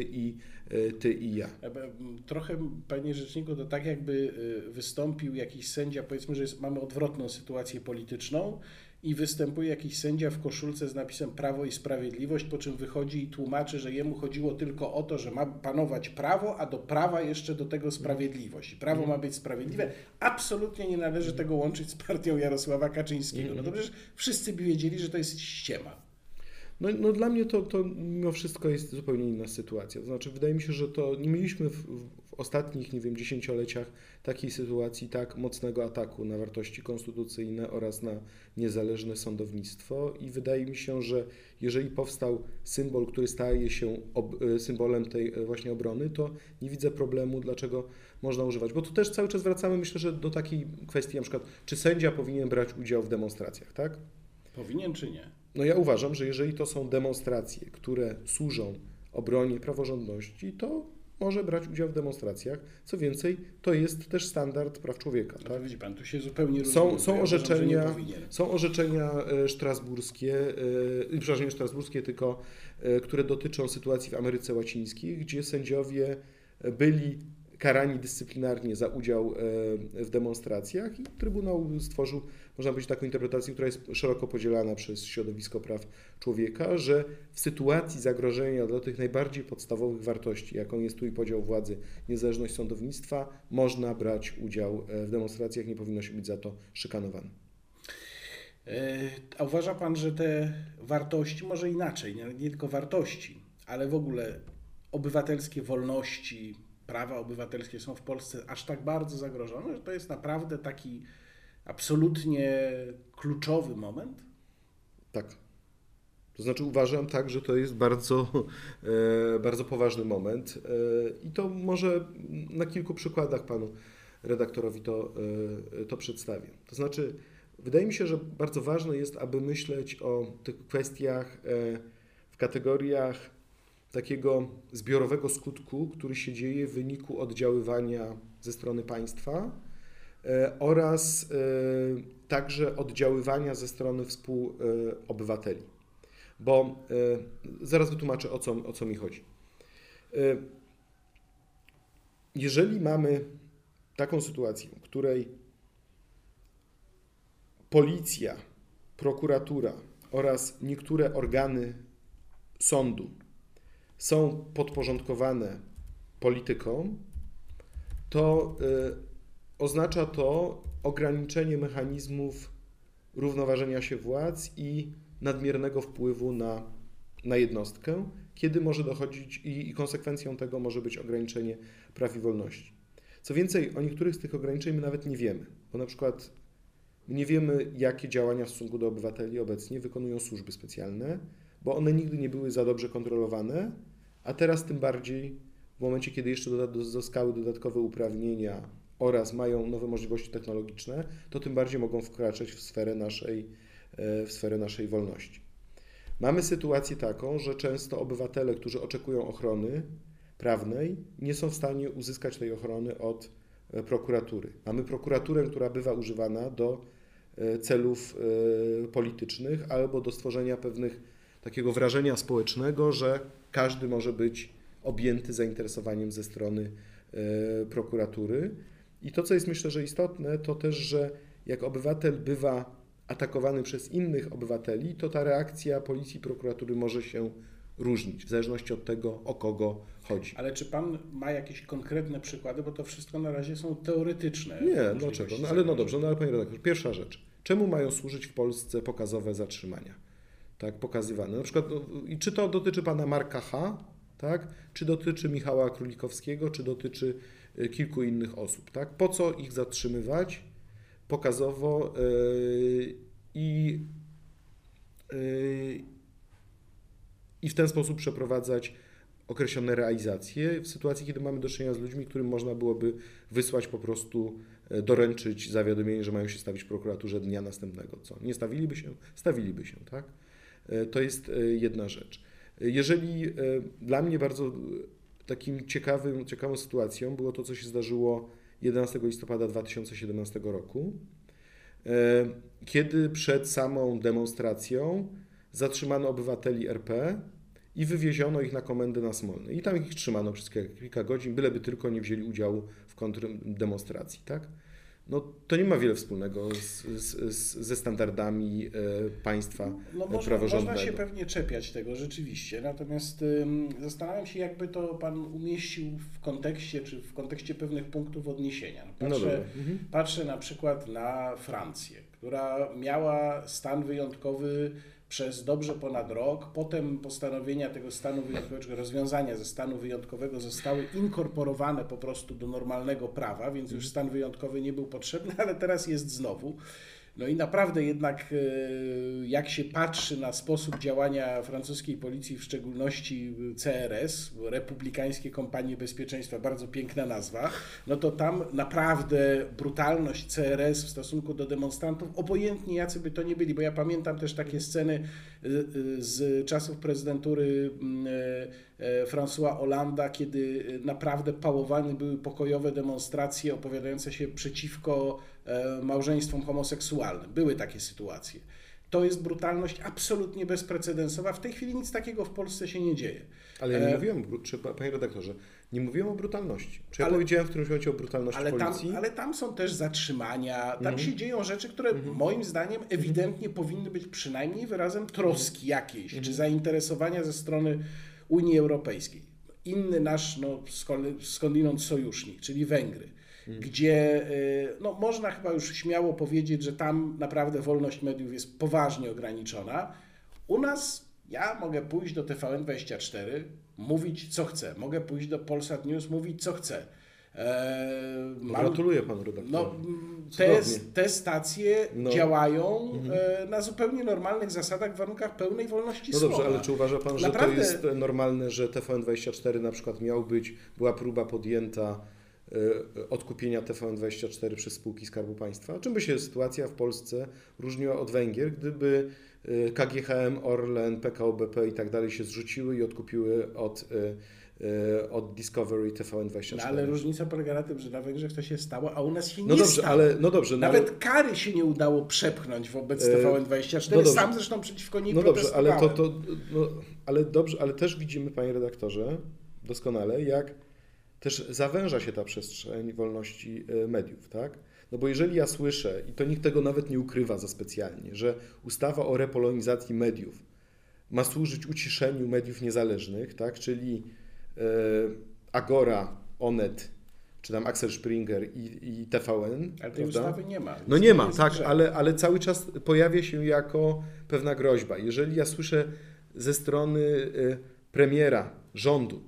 i ja. Trochę, panie rzeczniku, to tak jakby wystąpił jakiś sędzia, powiedzmy, że mamy odwrotną sytuację polityczną i występuje jakiś sędzia w koszulce z napisem Prawo i Sprawiedliwość, po czym wychodzi i tłumaczy, że jemu chodziło tylko o to, że ma panować prawo, a do prawa jeszcze do tego sprawiedliwość. Prawo ma być sprawiedliwe. Absolutnie nie należy tego łączyć z partią Jarosława Kaczyńskiego. No to przecież wszyscy by wiedzieli, że to jest ściema. No dla mnie to mimo wszystko jest zupełnie inna sytuacja. To znaczy, wydaje mi się, że to nie mieliśmy w ostatnich, nie wiem, dziesięcioleciach takiej sytuacji, tak mocnego ataku na wartości konstytucyjne oraz na niezależne sądownictwo i wydaje mi się, że jeżeli powstał symbol, który staje się symbolem tej właśnie obrony, to nie widzę problemu, dlaczego można używać. Bo tu też cały czas wracamy, myślę, że do takiej kwestii, na przykład, czy sędzia powinien brać udział w demonstracjach, tak? Powinien czy nie? No ja uważam, że jeżeli to są demonstracje, które służą obronie praworządności, to może brać udział w demonstracjach. Co więcej, to jest też standard praw człowieka. Tak? Widzi pan, tu się zupełnie Są orzeczenia strasburskie, przepraszam, nie strasburskie, tylko które dotyczą sytuacji w Ameryce Łacińskiej, gdzie sędziowie byli karani dyscyplinarnie za udział w demonstracjach i Trybunał stworzył, można powiedzieć, taką interpretację, która jest szeroko podzielana przez środowisko praw człowieka, że w sytuacji zagrożenia dla tych najbardziej podstawowych wartości, jaką jest trójpodział władzy, niezależność sądownictwa, można brać udział w demonstracjach, nie powinno się być za to szykanowanym. A uważa pan, że te wartości, może inaczej, nie tylko wartości, ale w ogóle obywatelskie wolności, prawa obywatelskie są w Polsce aż tak bardzo zagrożone, że to jest naprawdę taki absolutnie kluczowy moment? Tak. To znaczy uważam tak, że to jest bardzo, bardzo poważny moment i to może na kilku przykładach panu redaktorowi to przedstawię. To znaczy wydaje mi się, że bardzo ważne jest, aby myśleć o tych kwestiach w kategoriach takiego zbiorowego skutku, który się dzieje w wyniku oddziaływania ze strony państwa oraz także oddziaływania ze strony współobywateli. Bo zaraz wytłumaczę, o co mi chodzi. Jeżeli mamy taką sytuację, w której policja, prokuratura oraz niektóre organy sądu są podporządkowane politykom, to oznacza to ograniczenie mechanizmów równoważenia się władz i nadmiernego wpływu na jednostkę, kiedy może dochodzić i konsekwencją tego może być ograniczenie praw i wolności. Co więcej, o niektórych z tych ograniczeń my nawet nie wiemy, bo na przykład nie wiemy, jakie działania w stosunku do obywateli obecnie wykonują służby specjalne, bo one nigdy nie były za dobrze kontrolowane, a teraz tym bardziej w momencie, kiedy jeszcze zyskały dodatkowe uprawnienia oraz mają nowe możliwości technologiczne, to tym bardziej mogą wkraczać w sferę naszej wolności. Mamy sytuację taką, że często obywatele, którzy oczekują ochrony prawnej, nie są w stanie uzyskać tej ochrony od prokuratury. Mamy prokuraturę, która bywa używana do celów politycznych albo do stworzenia takiego wrażenia społecznego, że każdy może być objęty zainteresowaniem ze strony prokuratury. I to, co jest myślę, że istotne, to też, że jak obywatel bywa atakowany przez innych obywateli, to ta reakcja policji i prokuratury może się różnić, w zależności od tego, o kogo chodzi. Ale czy pan ma jakieś konkretne przykłady, bo to wszystko na razie są teoretyczne. Nie, dlaczego? Ale dobrze, ale panie redaktorze, pierwsza rzecz. Czemu mają służyć w Polsce pokazowe zatrzymania? Tak, pokazywane. Na przykład, i czy to dotyczy pana Marka H., tak? Czy dotyczy Michała Królikowskiego, czy dotyczy kilku innych osób, tak? Po co ich zatrzymywać pokazowo i w ten sposób przeprowadzać określone realizacje w sytuacji, kiedy mamy do czynienia z ludźmi, którym można byłoby wysłać po prostu, doręczyć zawiadomienie, że mają się stawić w prokuraturze dnia następnego. Co? Nie stawiliby się? Stawiliby się, tak? To jest jedna rzecz. Jeżeli dla mnie bardzo takim ciekawą sytuacją było to, co się zdarzyło 11 listopada 2017 roku, kiedy przed samą demonstracją zatrzymano obywateli RP i wywieziono ich na komendę na Smolny. I tam ich trzymano przez kilka godzin, byleby tylko nie wzięli udziału w kontrdemonstracji, tak? No, to nie ma wiele wspólnego ze standardami państwa praworządnego. Można się pewnie czepiać tego rzeczywiście, natomiast zastanawiam się, jakby to pan umieścił w kontekście, czy w kontekście pewnych punktów odniesienia. Patrzę na przykład na Francję, która miała stan wyjątkowy przez dobrze ponad rok, potem postanowienia tego stanu wyjątkowego, rozwiązania ze stanu wyjątkowego zostały inkorporowane po prostu do normalnego prawa, więc już stan wyjątkowy nie był potrzebny, ale teraz jest znowu. No i naprawdę jednak jak się patrzy na sposób działania francuskiej policji, w szczególności CRS, Republikańskie Kompanie Bezpieczeństwa, bardzo piękna nazwa, no to tam naprawdę brutalność CRS w stosunku do demonstrantów, obojętnie jacy by to nie byli, bo ja pamiętam też takie sceny z czasów prezydentury François Hollanda, kiedy naprawdę pałowane były pokojowe demonstracje opowiadające się przeciwko małżeństwom homoseksualnym. Były takie sytuacje. To jest brutalność absolutnie bezprecedensowa. W tej chwili nic takiego w Polsce się nie dzieje. Ale ja nie mówiłem, panie redaktorze, nie mówiłem o brutalności. Czy ja powiedziałem w którymś momencie o brutalności policji? Ale tam są też zatrzymania, tam się dzieją rzeczy, które moim zdaniem ewidentnie powinny być przynajmniej wyrazem troski jakiejś, czy zainteresowania ze strony Unii Europejskiej. Inny nasz skądinąd sojusznik, czyli Węgry, gdzie można chyba już śmiało powiedzieć, że tam naprawdę wolność mediów jest poważnie ograniczona. U nas ja mogę pójść do TVN24, mówić co chcę, mogę pójść do Polsat News, mówić co chcę. Gratuluję panu redaktor. No, te stacje działają na zupełnie normalnych zasadach, w warunkach pełnej wolności No słowa. dobrze, ale czy uważa pan, że Naprawdę... to jest normalne, że TVN24 na przykład była próba podjęta odkupienia TVN24 przez spółki Skarbu Państwa? Czym by się sytuacja w Polsce różniła od Węgier, gdyby KGHM, Orlen, PKO BP i tak dalej się zrzuciły i odkupiły od Discovery TVN24? No, ale różnica polega na tym, że na Węgrzech to się stało, a u nas się No nie dobrze, stało. Nawet kary się nie udało przepchnąć wobec TVN24. No sam zresztą przeciwko niej protestowałem. Ale też widzimy, panie redaktorze, doskonale, jak też zawęża się ta przestrzeń wolności mediów, tak? No bo jeżeli ja słyszę, i to nikt tego nawet nie ukrywa za specjalnie, że ustawa o repolonizacji mediów ma służyć uciszeniu mediów niezależnych, tak? Czyli Agora, Onet, czy tam Axel Springer i TVN. Ale tej ustawy nie ma. No nie ma, tak, ale cały czas pojawia się jako pewna groźba. Jeżeli ja słyszę ze strony premiera rządu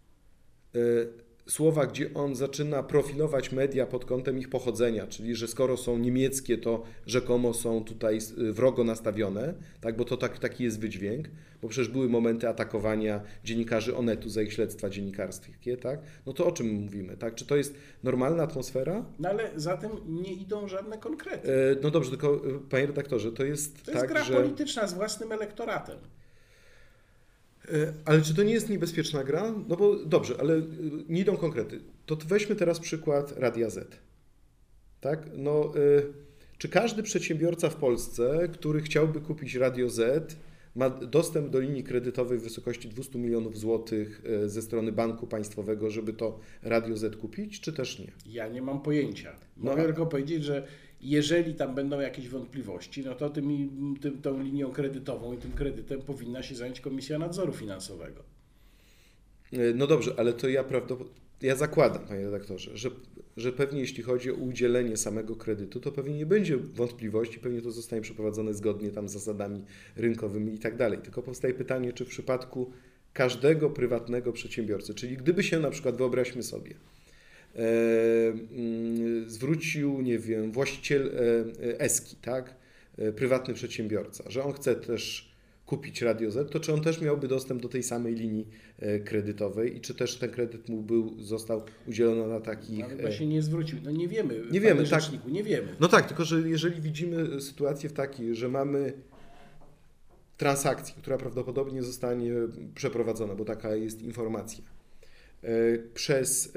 słowa, gdzie on zaczyna profilować media pod kątem ich pochodzenia, czyli że skoro są niemieckie, to rzekomo są tutaj wrogo nastawione, tak, bo to taki jest wydźwięk, bo przecież były momenty atakowania dziennikarzy Onetu za ich śledztwa dziennikarskie, tak? No to o czym mówimy, tak? Czy to jest normalna atmosfera? No ale za tym nie idą żadne konkrety. No dobrze, tylko panie redaktorze, to jest tak, gra polityczna z własnym elektoratem. Ale czy to nie jest niebezpieczna gra? No bo dobrze, ale nie idą konkrety. To weźmy teraz przykład Radia Z. Tak? No, czy każdy przedsiębiorca w Polsce, który chciałby kupić Radio Z, ma dostęp do linii kredytowej w wysokości 200 milionów złotych ze strony banku państwowego, żeby to Radio Z kupić, czy też nie? Ja nie mam pojęcia. Mogę tylko powiedzieć, że jeżeli tam będą jakieś wątpliwości, no to tą linią kredytową i tym kredytem powinna się zająć Komisja Nadzoru Finansowego. No dobrze, ale to ja zakładam, panie redaktorze, że pewnie jeśli chodzi o udzielenie samego kredytu, to pewnie nie będzie wątpliwości, pewnie to zostanie przeprowadzone zgodnie tam z zasadami rynkowymi i tak dalej. Tylko powstaje pytanie, czy w przypadku każdego prywatnego przedsiębiorcy, czyli gdyby się na przykład, wyobraźmy sobie, zwrócił, nie wiem, właściciel Eski, tak, prywatny przedsiębiorca, że on chce też kupić Radio Z, to czy on też miałby dostęp do tej samej linii kredytowej i czy też ten kredyt został udzielony na takich... Ale chyba się nie zwrócił. No nie wiemy. Nie wiemy, tak. Nie wiemy. No tak, tylko że jeżeli widzimy sytuację w takiej, że mamy transakcję, która prawdopodobnie zostanie przeprowadzona, bo taka jest informacja, przez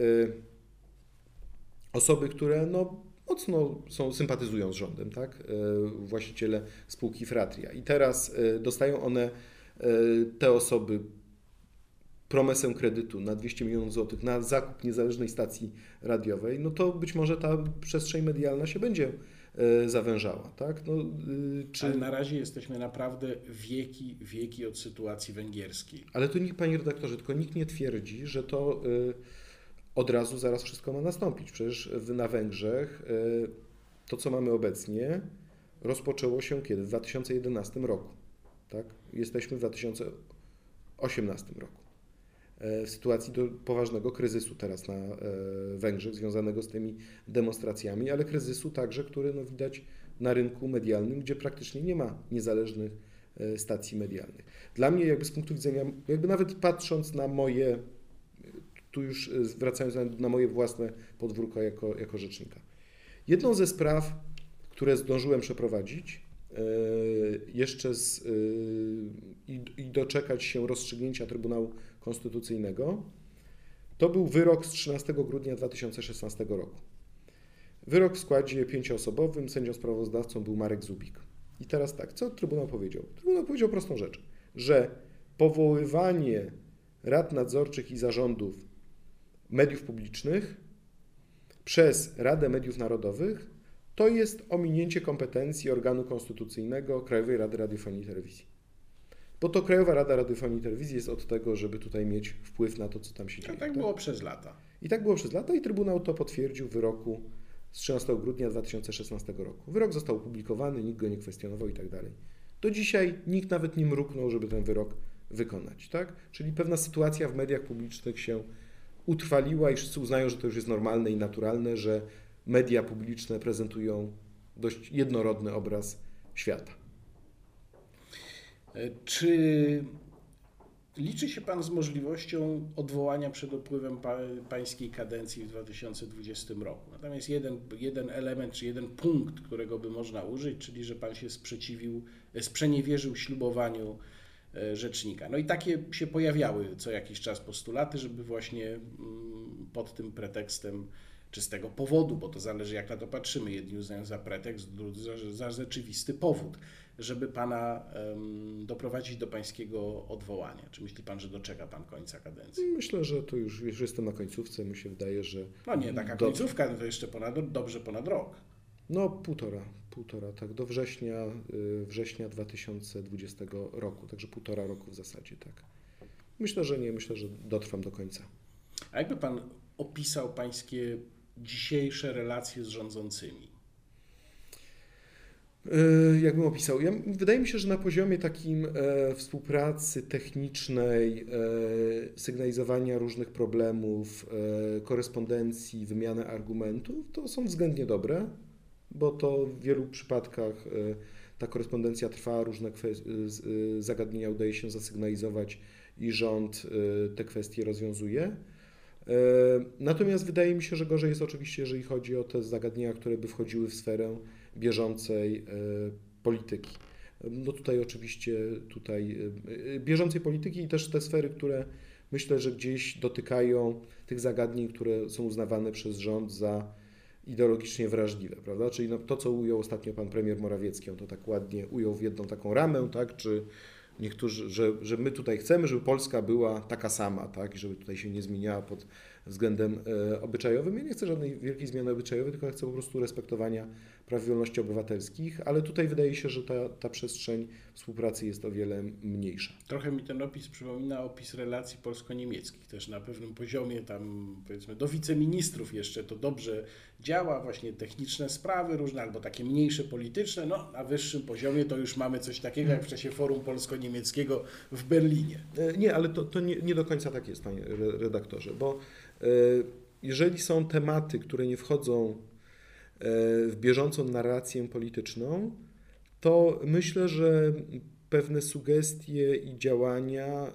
osoby, które mocno sympatyzują z rządem, tak? Właściciele spółki Fratria. I teraz dostają one, te osoby, promesę kredytu na 200 milionów złotych na zakup niezależnej stacji radiowej, no to być może ta przestrzeń medialna się będzie zawężała, tak? Ale na razie jesteśmy naprawdę wieki od sytuacji węgierskiej. Ale tu panie redaktorze, tylko nikt nie twierdzi, że to od razu zaraz wszystko ma nastąpić. Przecież na Węgrzech to, co mamy obecnie, rozpoczęło się kiedy? W 2011 roku. Tak? Jesteśmy w 2018 roku. W sytuacji poważnego kryzysu teraz na Węgrzech, związanego z tymi demonstracjami, ale kryzysu także, który widać na rynku medialnym, gdzie praktycznie nie ma niezależnych stacji medialnych. Dla mnie z punktu widzenia, nawet patrząc na moje, tu już wracając na moje własne podwórko jako rzecznika. Jedną ze spraw, które zdążyłem przeprowadzić jeszcze i doczekać się rozstrzygnięcia Trybunału Konstytucyjnego, to był wyrok z 13 grudnia 2016 roku. Wyrok w składzie 5-osobowym, sędzią sprawozdawcą był Marek Zubik. I teraz tak, co Trybunał powiedział? Trybunał powiedział prostą rzecz, że powoływanie rad nadzorczych i zarządów mediów publicznych przez Radę Mediów Narodowych to jest ominięcie kompetencji organu konstytucyjnego Krajowej Rady Radiofonii i Telewizji. Bo to Krajowa Rada Radiofonii i Telewizji jest od tego, żeby tutaj mieć wpływ na to, co tam się dzieje. Tak było przez lata. I tak było przez lata i Trybunał to potwierdził w wyroku z 13 grudnia 2016 roku. Wyrok został opublikowany, nikt go nie kwestionował i tak dalej. Do dzisiaj nikt nawet nie mruknął, żeby ten wyrok wykonać. Tak? Czyli pewna sytuacja w mediach publicznych się utrwaliła i wszyscy uznają, że to już jest normalne i naturalne, że media publiczne prezentują dość jednorodny obraz świata. Czy liczy się Pan z możliwością odwołania przed upływem Pańskiej kadencji w 2020 roku? Natomiast jeden element, czy jeden punkt, którego by można użyć, czyli że Pan się sprzeniewierzył ślubowaniu rzecznika. No i takie się pojawiały co jakiś czas postulaty, żeby właśnie pod tym pretekstem, czy z tego powodu, bo to zależy jak na to patrzymy, jedni uznają za pretekst, drudzy za rzeczywisty powód, żeby Pana doprowadzić do Pańskiego odwołania. Czy myśli Pan, że doczeka Pan końca kadencji? Myślę, że to już jestem na końcówce, mi się wydaje, że... No nie, taka końcówka to jeszcze dobrze ponad rok. No półtora, tak, do września 2020 roku, także 1,5 roku w zasadzie, tak. Myślę, że dotrwam do końca. A jakby Pan opisał Pańskie dzisiejsze relacje z rządzącymi? Jakbym opisał? Wydaje mi się, że na poziomie takim współpracy technicznej, sygnalizowania różnych problemów, korespondencji, wymiany argumentów, to są względnie dobre, bo to w wielu przypadkach ta korespondencja trwa, różne zagadnienia udaje się zasygnalizować i rząd te kwestie rozwiązuje. Natomiast wydaje mi się, że gorzej jest oczywiście, jeżeli chodzi o te zagadnienia, które by wchodziły w sferę bieżącej polityki. No tutaj oczywiście bieżącej polityki i też te sfery, które myślę, że gdzieś dotykają tych zagadnień, które są uznawane przez rząd za ideologicznie wrażliwe, prawda? Czyli to, co ujął ostatnio pan premier Morawiecki, on to tak ładnie ujął w jedną taką ramę, tak? Czy niektórzy, że my tutaj chcemy, żeby Polska była taka sama, tak? I żeby tutaj się nie zmieniała pod względem obyczajowym. Ja nie chcę żadnej wielkiej zmiany obyczajowej, tylko chcę po prostu respektowania praw i wolności obywatelskich, ale tutaj wydaje się, że ta przestrzeń współpracy jest o wiele mniejsza. Trochę mi ten opis przypomina opis relacji polsko-niemieckich. Też na pewnym poziomie tam, powiedzmy, do wiceministrów jeszcze to dobrze działa, właśnie techniczne sprawy różne, albo takie mniejsze polityczne. No, na wyższym poziomie to już mamy coś takiego jak w czasie Forum Polsko-Niemieckiego w Berlinie. Nie, ale to nie do końca tak jest, panie redaktorze, bo jeżeli są tematy, które nie wchodzą w bieżącą narrację polityczną, to myślę, że pewne sugestie i działania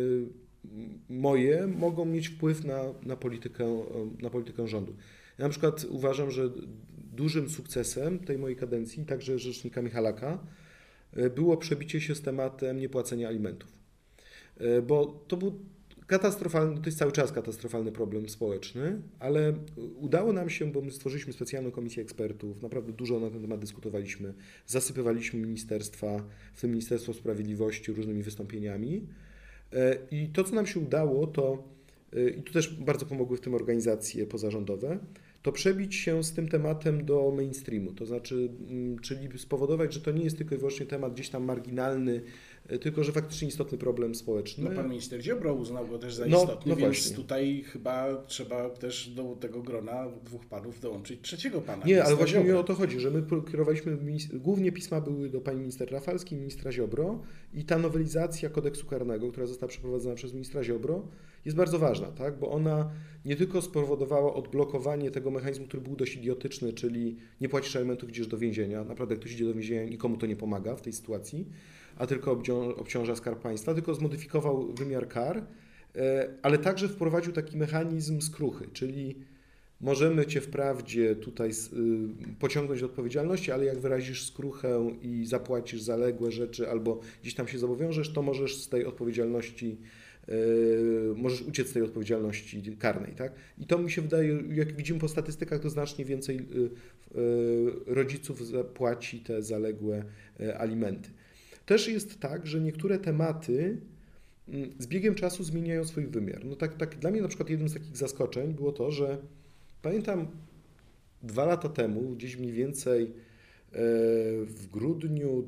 moje mogą mieć wpływ na politykę rządu. Ja na przykład uważam, że dużym sukcesem tej mojej kadencji, także rzecznika Michalaka, było przebicie się z tematem niepłacenia alimentów. Bo to był katastrofalny, to jest cały czas katastrofalny problem społeczny, ale udało nam się, bo my stworzyliśmy specjalną komisję ekspertów, naprawdę dużo na ten temat dyskutowaliśmy, zasypywaliśmy ministerstwa, w tym Ministerstwo Sprawiedliwości różnymi wystąpieniami i to, co nam się udało, to i tu też bardzo pomogły w tym organizacje pozarządowe, to przebić się z tym tematem do mainstreamu, to znaczy, czyli spowodować, że to nie jest tylko i wyłącznie temat gdzieś tam marginalny, tylko że faktycznie istotny problem społeczny. No pan minister Ziobro uznał go też za istotny, więc właśnie. Tutaj chyba trzeba też do tego grona dwóch panów dołączyć trzeciego pana. Nie, ale właśnie mi o to chodzi, że my kierowaliśmy, głównie pisma były do pani minister Rafalskiej, ministra Ziobro i ta nowelizacja kodeksu karnego, która została przeprowadzona przez ministra Ziobro, jest bardzo ważna, tak? Bo ona nie tylko spowodowała odblokowanie tego mechanizmu, który był dość idiotyczny, czyli nie płacisz alimentów, idziesz do więzienia. Naprawdę ktoś idzie do więzienia, nikomu to nie pomaga w tej sytuacji, a tylko obciąża Skarb Państwa, tylko zmodyfikował wymiar kar, ale także wprowadził taki mechanizm skruchy, czyli możemy Cię wprawdzie tutaj pociągnąć do odpowiedzialności, ale jak wyrazisz skruchę i zapłacisz zaległe rzeczy albo gdzieś tam się zobowiążesz, to możesz z tej odpowiedzialności możesz uciec z tej odpowiedzialności karnej, tak? I to mi się wydaje, jak widzimy po statystykach, to znacznie więcej rodziców zapłaci te zaległe alimenty. Też jest tak, że niektóre tematy z biegiem czasu zmieniają swój wymiar. No tak dla mnie na przykład jednym z takich zaskoczeń było to, że pamiętam 2 lata temu, gdzieś mniej więcej w grudniu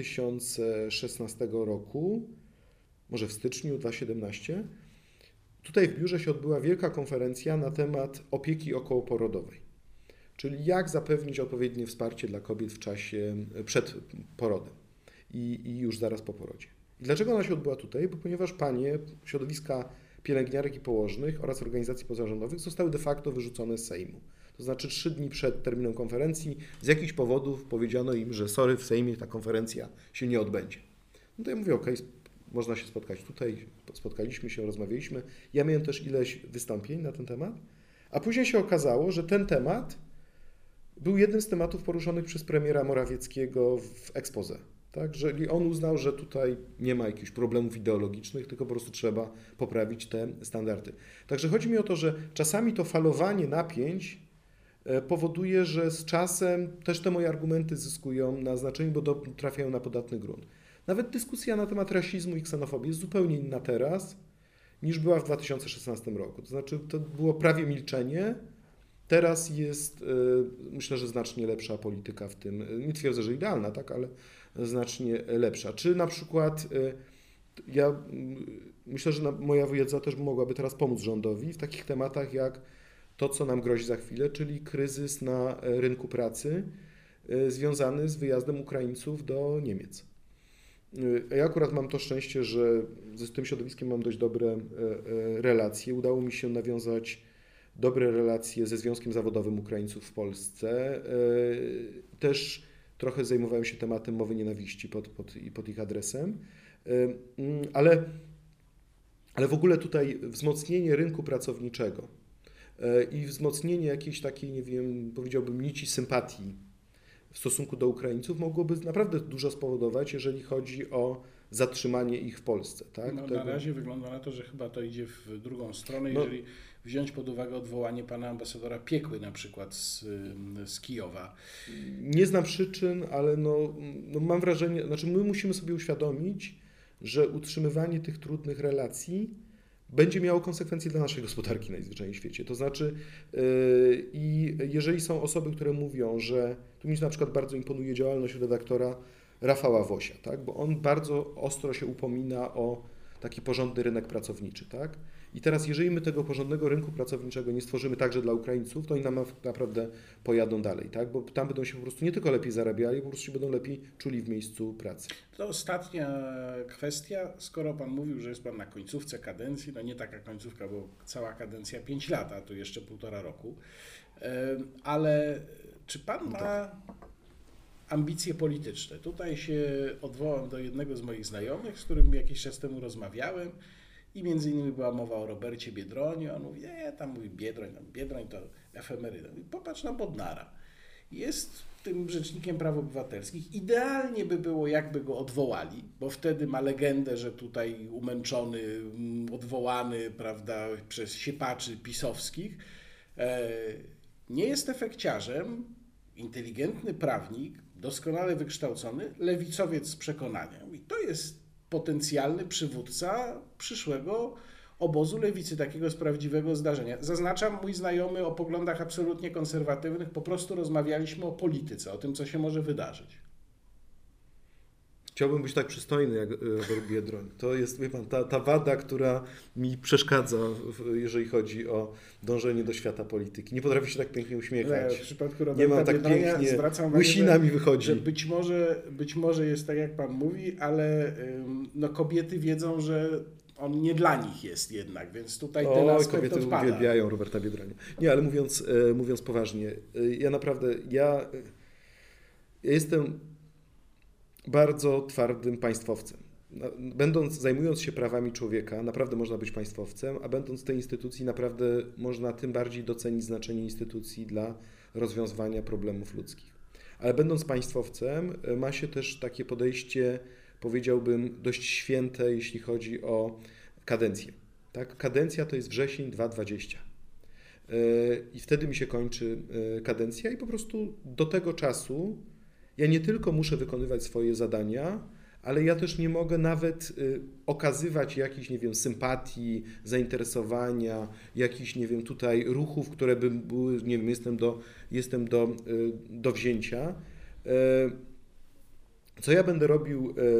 2016 roku, może w styczniu 2017, tutaj w biurze się odbyła wielka konferencja na temat opieki okołoporodowej, czyli jak zapewnić odpowiednie wsparcie dla kobiet w czasie przed porodem i już zaraz po porodzie. I dlaczego ona się odbyła tutaj? Bo ponieważ panie, środowiska pielęgniarek i położnych oraz organizacji pozarządowych zostały de facto wyrzucone z Sejmu. To znaczy 3 dni przed terminem konferencji z jakichś powodów powiedziano im, że sorry, w Sejmie ta konferencja się nie odbędzie. No to ja mówię, okej, można się spotkać tutaj, spotkaliśmy się, rozmawialiśmy. Ja miałem też ileś wystąpień na ten temat, a później się okazało, że ten temat był jednym z tematów poruszonych przez premiera Morawieckiego w exposé. Tak, że on uznał, że tutaj nie ma jakichś problemów ideologicznych, tylko po prostu trzeba poprawić te standardy. Także chodzi mi o to, że czasami to falowanie napięć powoduje, że z czasem też te moje argumenty zyskują na znaczeniu, bo trafiają na podatny grunt. Nawet dyskusja na temat rasizmu i ksenofobii jest zupełnie inna teraz, niż była w 2016 roku. To znaczy, to było prawie milczenie. Teraz jest, myślę, że znacznie lepsza polityka w tym. Nie twierdzę, że idealna, tak, ale znacznie lepsza. Czy na przykład ja myślę, że moja wiedza też mogłaby teraz pomóc rządowi w takich tematach jak to, co nam grozi za chwilę, czyli kryzys na rynku pracy związany z wyjazdem Ukraińców do Niemiec. Ja akurat mam to szczęście, że z tym środowiskiem mam dość dobre relacje. Udało mi się nawiązać dobre relacje ze Związkiem Zawodowym Ukraińców w Polsce. Też trochę zajmowałem się tematem mowy nienawiści pod ich adresem, ale w ogóle tutaj wzmocnienie rynku pracowniczego i wzmocnienie jakiejś takiej, nie wiem, powiedziałbym, nici sympatii w stosunku do Ukraińców mogłoby naprawdę dużo spowodować, jeżeli chodzi o zatrzymanie ich w Polsce. Tak? No, na razie wygląda na to, że chyba to idzie w drugą stronę, jeżeli wziąć pod uwagę odwołanie pana ambasadora Piekły na przykład z Kijowa. Nie znam przyczyn, ale mam wrażenie, znaczy my musimy sobie uświadomić, że utrzymywanie tych trudnych relacji będzie miało konsekwencje dla naszej gospodarki najzwyczajniej w świecie. To znaczy i jeżeli są osoby, które mówią, że tu mi na przykład bardzo imponuje działalność redaktora Rafała Wosia, tak? Bo on bardzo ostro się upomina o taki porządny rynek pracowniczy. Tak? I teraz jeżeli my tego porządnego rynku pracowniczego nie stworzymy także dla Ukraińców, to oni nam naprawdę pojadą dalej, tak? Bo tam będą się po prostu nie tylko lepiej zarabiali, po prostu się będą lepiej czuli w miejscu pracy. To ostatnia kwestia, skoro pan mówił, że jest pan na końcówce kadencji, no nie taka końcówka, bo cała kadencja 5 lat, a tu jeszcze 1,5 roku, ale czy pan ma ambicje polityczne? Tutaj się odwołam do jednego z moich znajomych, z którym jakiś czas temu rozmawiałem i między innymi była mowa o Robercie Biedronie. On mówi, tam mówi Biedroń to efemeryda. Popatrz na Bodnara. Jest tym rzecznikiem praw obywatelskich. Idealnie by było, jakby go odwołali, bo wtedy ma legendę, że tutaj umęczony, odwołany, prawda, przez siepaczy pisowskich. Nie jest efekciarzem, inteligentny prawnik, doskonale wykształcony, lewicowiec z przekonania. I to jest potencjalny przywódca przyszłego obozu lewicy, takiego z prawdziwego zdarzenia. Zaznaczam, mój znajomy o poglądach absolutnie konserwatywnych, po prostu rozmawialiśmy o polityce, o tym, co się może wydarzyć. Chciałbym być tak przystojny jak Robert Biedroń. To jest, wie pan, ta wada, która mi przeszkadza, jeżeli chodzi o dążenie do świata polityki. Nie potrafię się tak pięknie uśmiechać. W przypadku Roberta Biedronia zwracam uwagę, łysina mi wychodzi. Że być może jest tak, jak pan mówi, ale kobiety wiedzą, że on nie dla nich jest jednak, więc tutaj ten aspekt kobiety odpada. uwielbiają Roberta Biedronia. Nie, ale mówiąc poważnie, ja naprawdę, ja jestem bardzo twardym państwowcem. Zajmując się prawami człowieka, naprawdę można być państwowcem, a będąc w tej instytucji, naprawdę można tym bardziej docenić znaczenie instytucji dla rozwiązywania problemów ludzkich. Ale będąc państwowcem, ma się też takie podejście, powiedziałbym, dość święte, jeśli chodzi o kadencję. Tak? Kadencja to jest wrzesień 2020. I wtedy mi się kończy kadencja i po prostu do tego czasu ja nie tylko muszę wykonywać swoje zadania, ale ja też nie mogę nawet okazywać jakichś, nie wiem, sympatii, zainteresowania, jakichś, nie wiem, tutaj ruchów, które by były, nie wiem, jestem do wzięcia. Co ja będę robił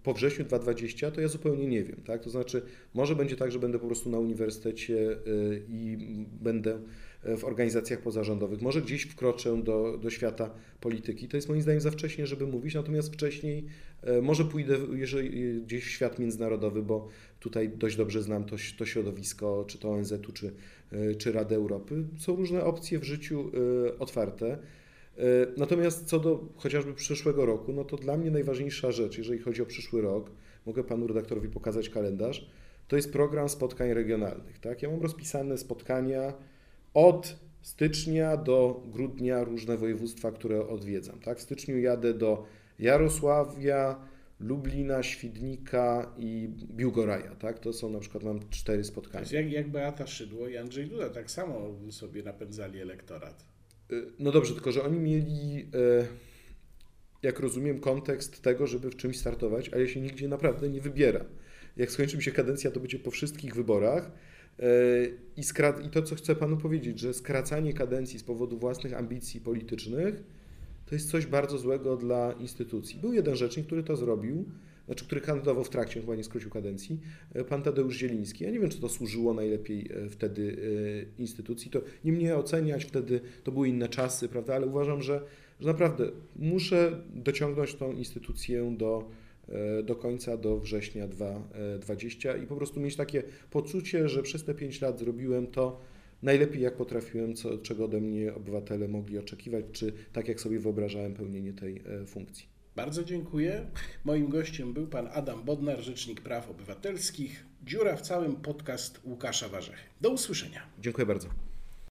po wrześniu 2020, to ja zupełnie nie wiem, tak? To znaczy, może będzie tak, że będę po prostu na uniwersytecie i będę w organizacjach pozarządowych, może gdzieś wkroczę do świata polityki. To jest moim zdaniem za wcześnie, żeby mówić, natomiast wcześniej może pójdę jeżeli gdzieś w świat międzynarodowy, bo tutaj dość dobrze znam to środowisko, czy to ONZ-u, czy Rady Europy. Są różne opcje w życiu otwarte. Natomiast co do chociażby przyszłego roku, no to dla mnie najważniejsza rzecz, jeżeli chodzi o przyszły rok, mogę panu redaktorowi pokazać kalendarz, to jest program spotkań regionalnych. Tak? Ja mam rozpisane spotkania od stycznia do grudnia, różne województwa, które odwiedzam. Tak? W styczniu jadę do Jarosławia, Lublina, Świdnika i Biłgoraja. Tak? To są na przykład, mam 4 spotkania. To jest jak Beata Szydło i Andrzej Duda, tak samo sobie napędzali elektorat. No dobrze, tylko że oni mieli, jak rozumiem, kontekst tego, żeby w czymś startować, a ja się nigdzie naprawdę nie wybieram. Jak skończy mi się kadencja, to będzie po wszystkich wyborach. I to, co chcę panu powiedzieć, że skracanie kadencji z powodu własnych ambicji politycznych to jest coś bardzo złego dla instytucji. Był jeden rzecznik, który to zrobił, który kandydował w trakcie, chyba nie skrócił kadencji, pan Tadeusz Zieliński. Ja nie wiem, czy to służyło najlepiej wtedy instytucji. To nie mnie oceniać, wtedy to były inne czasy, prawda, ale uważam, że naprawdę muszę dociągnąć tą instytucję do końca, do września 2020 i po prostu mieć takie poczucie, że przez te 5 lat zrobiłem to najlepiej jak potrafiłem, czego ode mnie obywatele mogli oczekiwać, czy tak jak sobie wyobrażałem pełnienie tej funkcji. Bardzo dziękuję. Moim gościem był pan Adam Bodnar, Rzecznik Praw Obywatelskich. Dziura w całym, podcast Łukasza Warzechy. Do usłyszenia. Dziękuję bardzo.